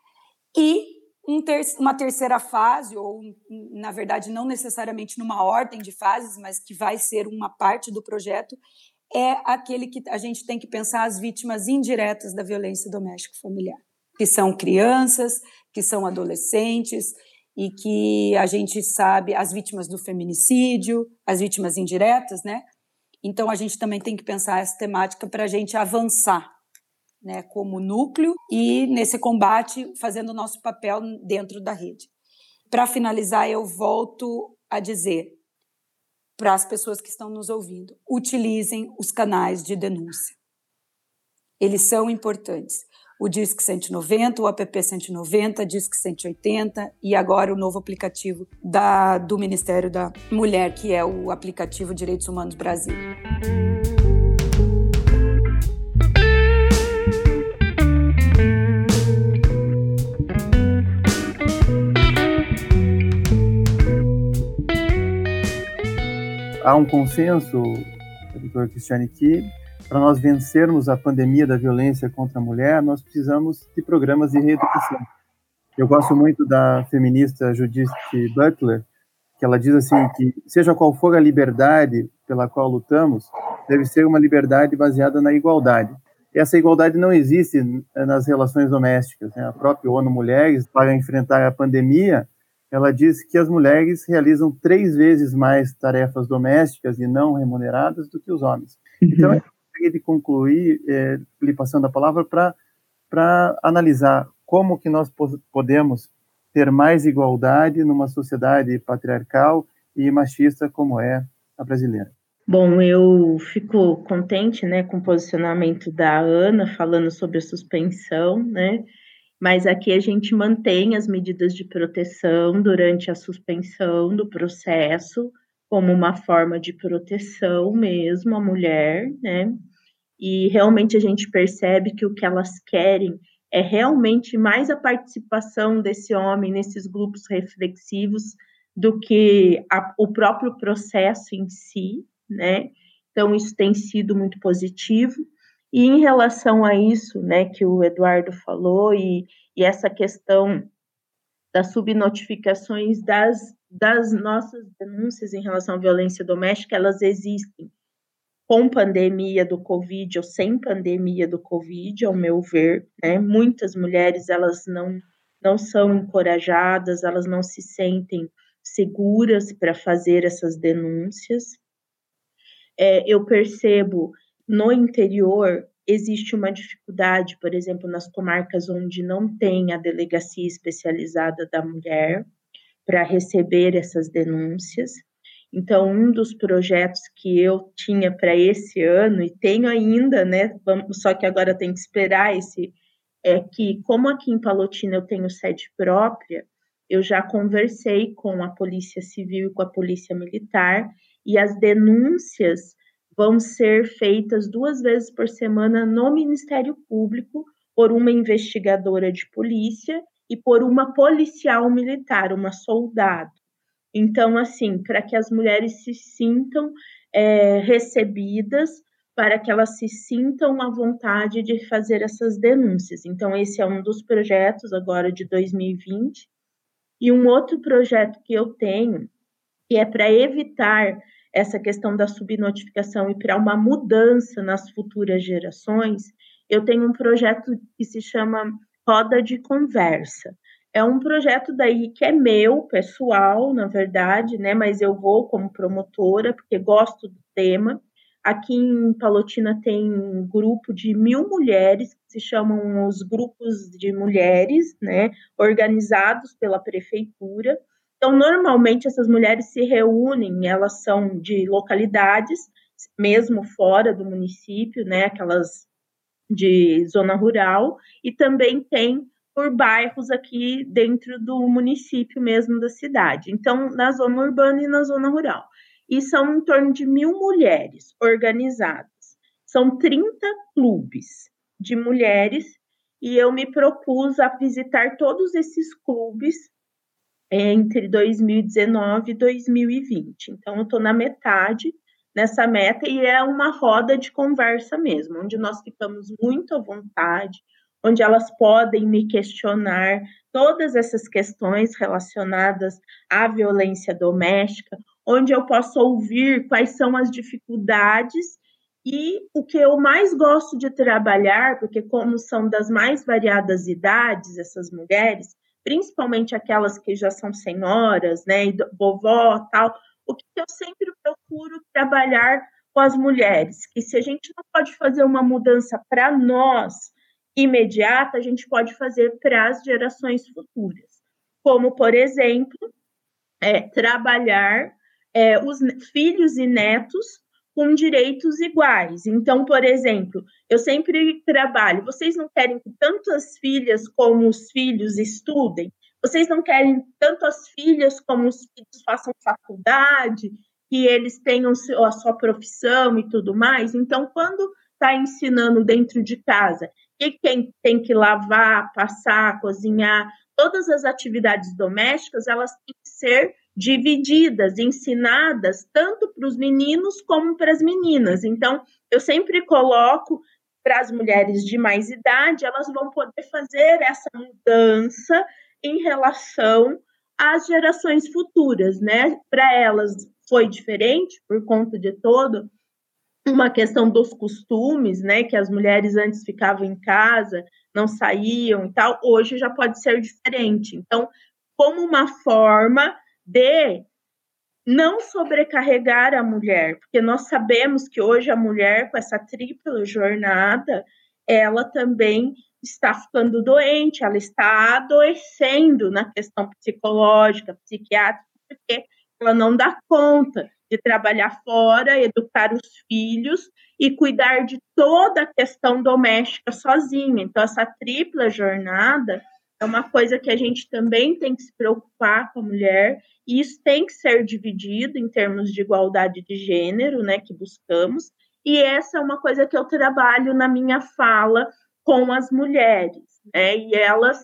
e um ter- uma terceira fase, ou, na verdade, não necessariamente numa ordem de fases, mas que vai ser uma parte do projeto, é aquele que a gente tem que pensar as vítimas indiretas da violência doméstica e familiar, que são crianças, que são adolescentes, e que a gente sabe, as vítimas do feminicídio, as vítimas indiretas, né? Então, a gente também tem que pensar essa temática para a gente avançar, né, como núcleo e nesse combate fazendo o nosso papel dentro da rede. Para finalizar, eu volto a dizer para as pessoas que estão nos ouvindo, utilizem os canais de denúncia. Eles são importantes. O Disque cento e noventa, o app cento e noventa, Disque cento e oitenta e agora o novo aplicativo da, do Ministério da Mulher, que é o aplicativo Direitos Humanos Brasil. Há um consenso, doutora Cristiane, que para nós vencermos a pandemia da violência contra a mulher, nós precisamos de programas de reeducação. Eu gosto muito da feminista Judith Butler, que ela diz assim que seja qual for a liberdade pela qual lutamos, deve ser uma liberdade baseada na igualdade. Essa igualdade não existe nas relações domésticas, né? A própria ONU Mulheres, para enfrentar a pandemia, ela diz que as mulheres realizam três vezes mais tarefas domésticas e não remuneradas do que os homens. Uhum. Então, eu gostaria de concluir, é, lhe passando a palavra, para analisar como que nós podemos ter mais igualdade numa sociedade patriarcal e machista como é a brasileira. Bom, eu fico contente, né, com o posicionamento da Ana falando sobre a suspensão, né? Mas aqui a gente mantém as medidas de proteção durante a suspensão do processo, como uma forma de proteção mesmo à mulher, né? E realmente a gente percebe que o que elas querem é realmente mais a participação desse homem nesses grupos reflexivos do que a, o próprio processo em si, né? Então, isso tem sido muito positivo. E em relação a isso, né, que o Eduardo falou, e, e essa questão das subnotificações das, das nossas denúncias em relação à violência doméstica, elas existem com pandemia do Covid ou sem pandemia do Covid, ao meu ver, né? Muitas mulheres, elas não, não são encorajadas, elas não se sentem seguras para fazer essas denúncias. É, eu percebo no interior existe uma dificuldade, por exemplo, nas comarcas onde não tem a delegacia especializada da mulher para receber essas denúncias. Então, um dos projetos que eu tinha para esse ano, e tenho ainda, né, só que agora tem que esperar esse, é que, como aqui em Palotina eu tenho sede própria, eu já conversei com a Polícia Civil e com a Polícia Militar, e as denúncias vão ser feitas duas vezes por semana no Ministério Público por uma investigadora de polícia e por uma policial militar, uma soldado. Então, assim, para que as mulheres se sintam é, recebidas, para que elas se sintam à vontade de fazer essas denúncias. Então, esse é um dos projetos agora de dois mil e vinte. E um outro projeto que eu tenho, que é para evitar essa questão da subnotificação e para uma mudança nas futuras gerações, eu tenho um projeto que se chama Roda de Conversa. É um projeto daí que é meu, pessoal, na verdade, né? Mas eu vou como promotora, porque gosto do tema. Aqui em Palotina tem um grupo de mil mulheres, que se chamam os grupos de mulheres, né? Organizados pela prefeitura. Então, normalmente, essas mulheres se reúnem, elas são de localidades, mesmo fora do município, né? Aquelas de zona rural, e também tem por bairros aqui dentro do município mesmo da cidade. Então, na zona urbana e na zona rural. E são em torno de mil mulheres organizadas. São trinta clubes de mulheres, e eu me propus a visitar todos esses clubes entre dois mil e dezenove e dois mil e vinte. Então, eu estou na metade nessa meta, e é uma roda de conversa mesmo, onde nós ficamos muito à vontade, onde elas podem me questionar todas essas questões relacionadas à violência doméstica, onde eu posso ouvir quais são as dificuldades e o que eu mais gosto de trabalhar, porque como são das mais variadas idades, essas mulheres, principalmente aquelas que já são senhoras, né, e vovó, tal, o que eu sempre procuro trabalhar com as mulheres, que se a gente não pode fazer uma mudança para nós imediata, a gente pode fazer para as gerações futuras. Como, por exemplo, é, trabalhar é, os filhos e netos com direitos iguais. Então, por exemplo, eu sempre trabalho, vocês não querem que tanto as filhas como os filhos estudem? Vocês não querem tanto as filhas como os filhos façam faculdade, que eles tenham a sua profissão e tudo mais? Então, quando está ensinando dentro de casa, e quem tem que lavar, passar, cozinhar, todas as atividades domésticas, elas têm que ser divididas, ensinadas, tanto para os meninos como para as meninas. Então, eu sempre coloco para as mulheres de mais idade, elas vão poder fazer essa mudança em relação às gerações futuras, né? Para elas foi diferente, por conta de todo uma questão dos costumes, né? Que as mulheres antes ficavam em casa, não saíam e tal, hoje já pode ser diferente. Então, como uma forma de não sobrecarregar a mulher, porque nós sabemos que hoje a mulher, com essa tripla jornada, ela também está ficando doente, ela está adoecendo na questão psicológica, psiquiátrica, porque ela não dá conta de trabalhar fora, educar os filhos e cuidar de toda a questão doméstica sozinha. Então, essa tripla jornada é uma coisa que a gente também tem que se preocupar com a mulher, e isso tem que ser dividido em termos de igualdade de gênero, né, que buscamos, e essa é uma coisa que eu trabalho na minha fala com as mulheres, né, e elas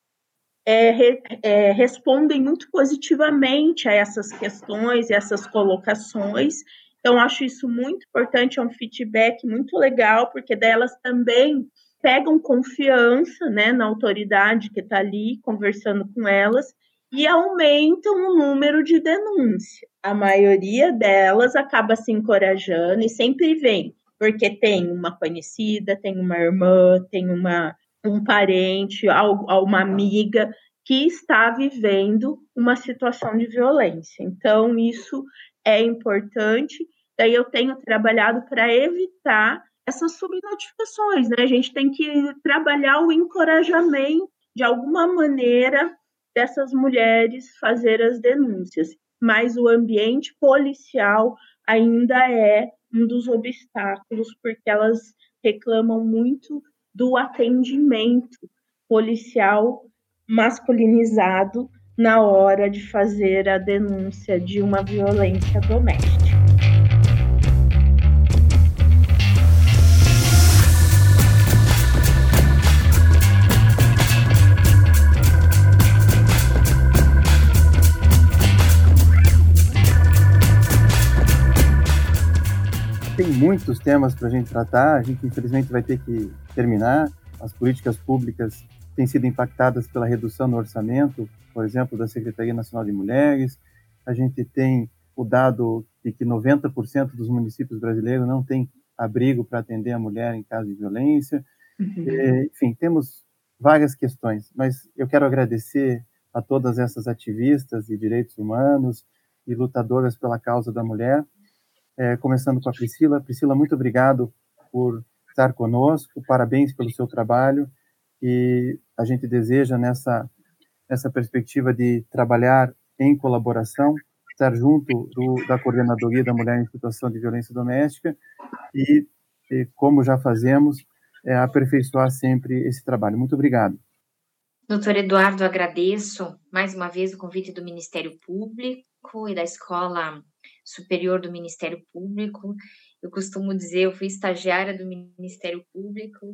é, re, é, respondem muito positivamente a essas questões e essas colocações. Então, acho isso muito importante, é um feedback muito legal, porque delas também pegam confiança, né, na autoridade que está ali conversando com elas e aumentam o número de denúncias. A maioria delas acaba se encorajando e sempre vem, porque tem uma conhecida, tem uma irmã, tem uma, um parente, uma amiga que está vivendo uma situação de violência. Então, isso é importante. Daí eu tenho trabalhado para evitar essas subnotificações, né? A gente tem que trabalhar o encorajamento, de alguma maneira, dessas mulheres fazer as denúncias. Mas o ambiente policial ainda é um dos obstáculos, porque elas reclamam muito do atendimento policial masculinizado na hora de fazer a denúncia de uma violência doméstica. Tem muitos temas para a gente tratar, a gente infelizmente vai ter que terminar. As políticas públicas têm sido impactadas pela redução no orçamento, por exemplo, da Secretaria Nacional de Mulheres, a gente tem o dado de que noventa por cento dos municípios brasileiros não têm abrigo para atender a mulher em caso de violência. Uhum. E, enfim, temos várias questões, mas eu quero agradecer a todas essas ativistas de direitos humanos e lutadoras pela causa da mulher, é, começando com a Priscila. Priscila, muito obrigado por estar conosco, parabéns pelo seu trabalho, e a gente deseja nessa, nessa perspectiva de trabalhar em colaboração, estar junto do, da Coordenadoria da Mulher em Situação de Violência Doméstica e, e como já fazemos, é, aperfeiçoar sempre esse trabalho. Muito obrigado. Doutor Eduardo, agradeço mais uma vez o convite do Ministério Público e da Escola Superior do Ministério Público. Eu costumo dizer, eu fui estagiária do Ministério Público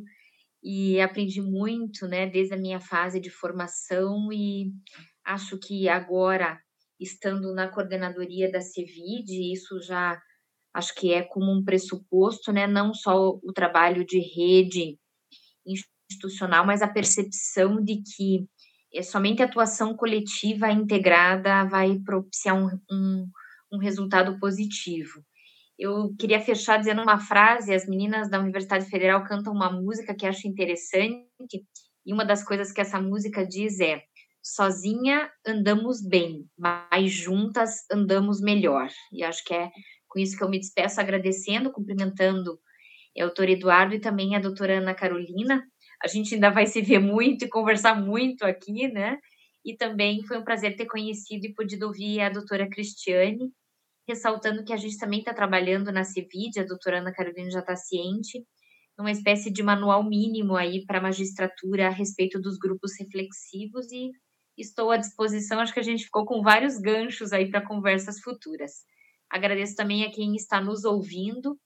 e aprendi muito, né, desde a minha fase de formação, e acho que agora, estando na coordenadoria da CEVID, isso já acho que é como um pressuposto, né, não só o trabalho de rede institucional, mas a percepção de que é somente a atuação coletiva integrada vai propiciar um, um, um resultado positivo. Eu queria fechar dizendo uma frase: as meninas da Universidade Federal cantam uma música que acho interessante, e uma das coisas que essa música diz é: sozinha andamos bem, mas juntas andamos melhor. E acho que é com isso que eu me despeço, agradecendo, cumprimentando o doutor Eduardo e também a doutora Ana Carolina. A gente ainda vai se ver muito e conversar muito aqui, né? E também foi um prazer ter conhecido e podido ouvir a doutora Cristiane, ressaltando que a gente também está trabalhando na CEVID, a doutora Ana Carolina já está ciente, numa espécie de manual mínimo aí para a magistratura a respeito dos grupos reflexivos, e estou à disposição. Acho que a gente ficou com vários ganchos aí para conversas futuras. Agradeço também a quem está nos ouvindo.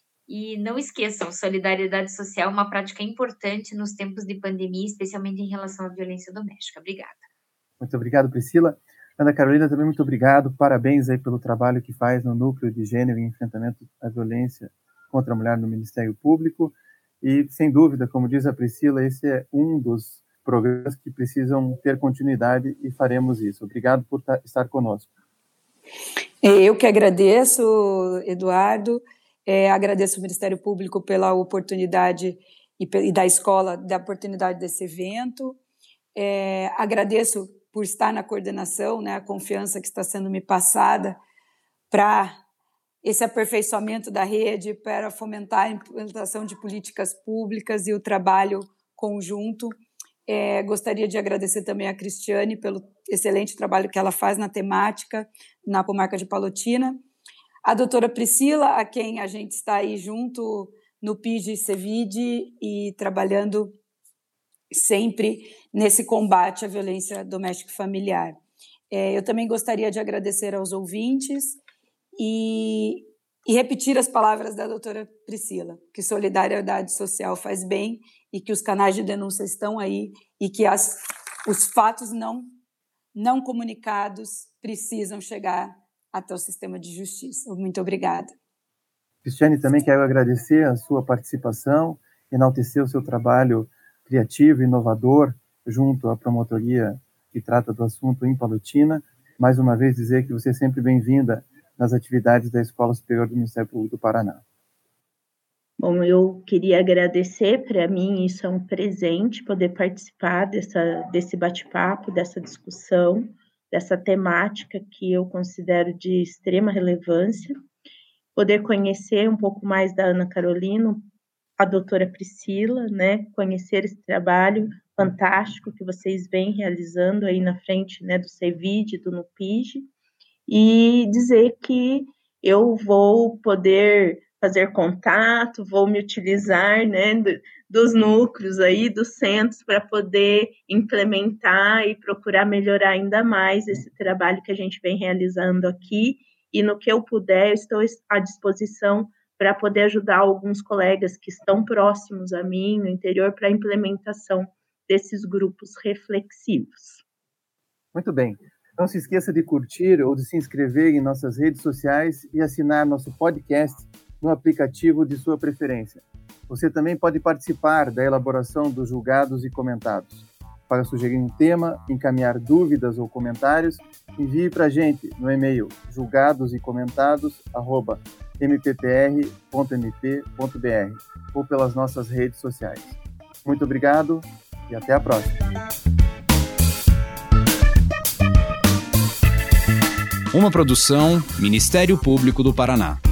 E não esqueçam, solidariedade social é uma prática importante nos tempos de pandemia, especialmente em relação à violência doméstica. Obrigada. Muito obrigado, Priscila. Ana Carolina, também muito obrigado. Parabéns aí pelo trabalho que faz no Núcleo de Gênero e Enfrentamento à Violência contra a Mulher no Ministério Público. E, sem dúvida, como diz a Priscila, esse é um dos programas que precisam ter continuidade, e faremos isso. Obrigado por estar conosco. Eu que agradeço, Eduardo. É, agradeço ao Ministério Público pela oportunidade e, e da escola, da oportunidade desse evento. É, agradeço por estar na coordenação, né, a confiança que está sendo me passada para esse aperfeiçoamento da rede, para fomentar a implementação de políticas públicas e o trabalho conjunto. É, gostaria de agradecer também a Cristiane pelo excelente trabalho que ela faz na temática, na comarca de Palotina. A doutora Priscila, a quem a gente está aí junto no P I G e CEVID e trabalhando sempre nesse combate à violência doméstica e familiar. É, eu também gostaria de agradecer aos ouvintes e, e repetir as palavras da doutora Priscila, que solidariedade social faz bem e que os canais de denúncia estão aí e que as, os fatos não, não comunicados precisam chegar até o sistema de justiça. Muito obrigada. Cristiane, também quero agradecer a sua participação, enaltecer o seu trabalho criativo e inovador junto à promotoria que trata do assunto em Palotina. Mais uma vez dizer que você é sempre bem-vinda nas atividades da Escola Superior do Ministério Público do Paraná. Bom, eu queria agradecer. Para mim isso é um presente, poder participar dessa, desse bate-papo, dessa discussão, dessa temática que eu considero de extrema relevância, poder conhecer um pouco mais da Ana Carolina, a doutora Priscila, né, conhecer esse trabalho fantástico que vocês vêm realizando aí na frente, né, do CEVID, do NUPIG, e dizer que eu vou poder fazer contato, vou me utilizar, né, do, dos núcleos aí, dos centros, para poder implementar e procurar melhorar ainda mais esse trabalho que a gente vem realizando aqui, e no que eu puder, eu estou à disposição para poder ajudar alguns colegas que estão próximos a mim, no interior, para a implementação desses grupos reflexivos. Muito bem. Não se esqueça de curtir ou de se inscrever em nossas redes sociais e assinar nosso podcast no aplicativo de sua preferência. Você também pode participar da elaboração dos julgados e comentados. Para sugerir um tema, encaminhar dúvidas ou comentários, envie para a gente no e-mail julgados e comentados arroba m p p r ponto m p ponto b r ou pelas nossas redes sociais. Muito obrigado e até a próxima. Uma produção Ministério Público do Paraná.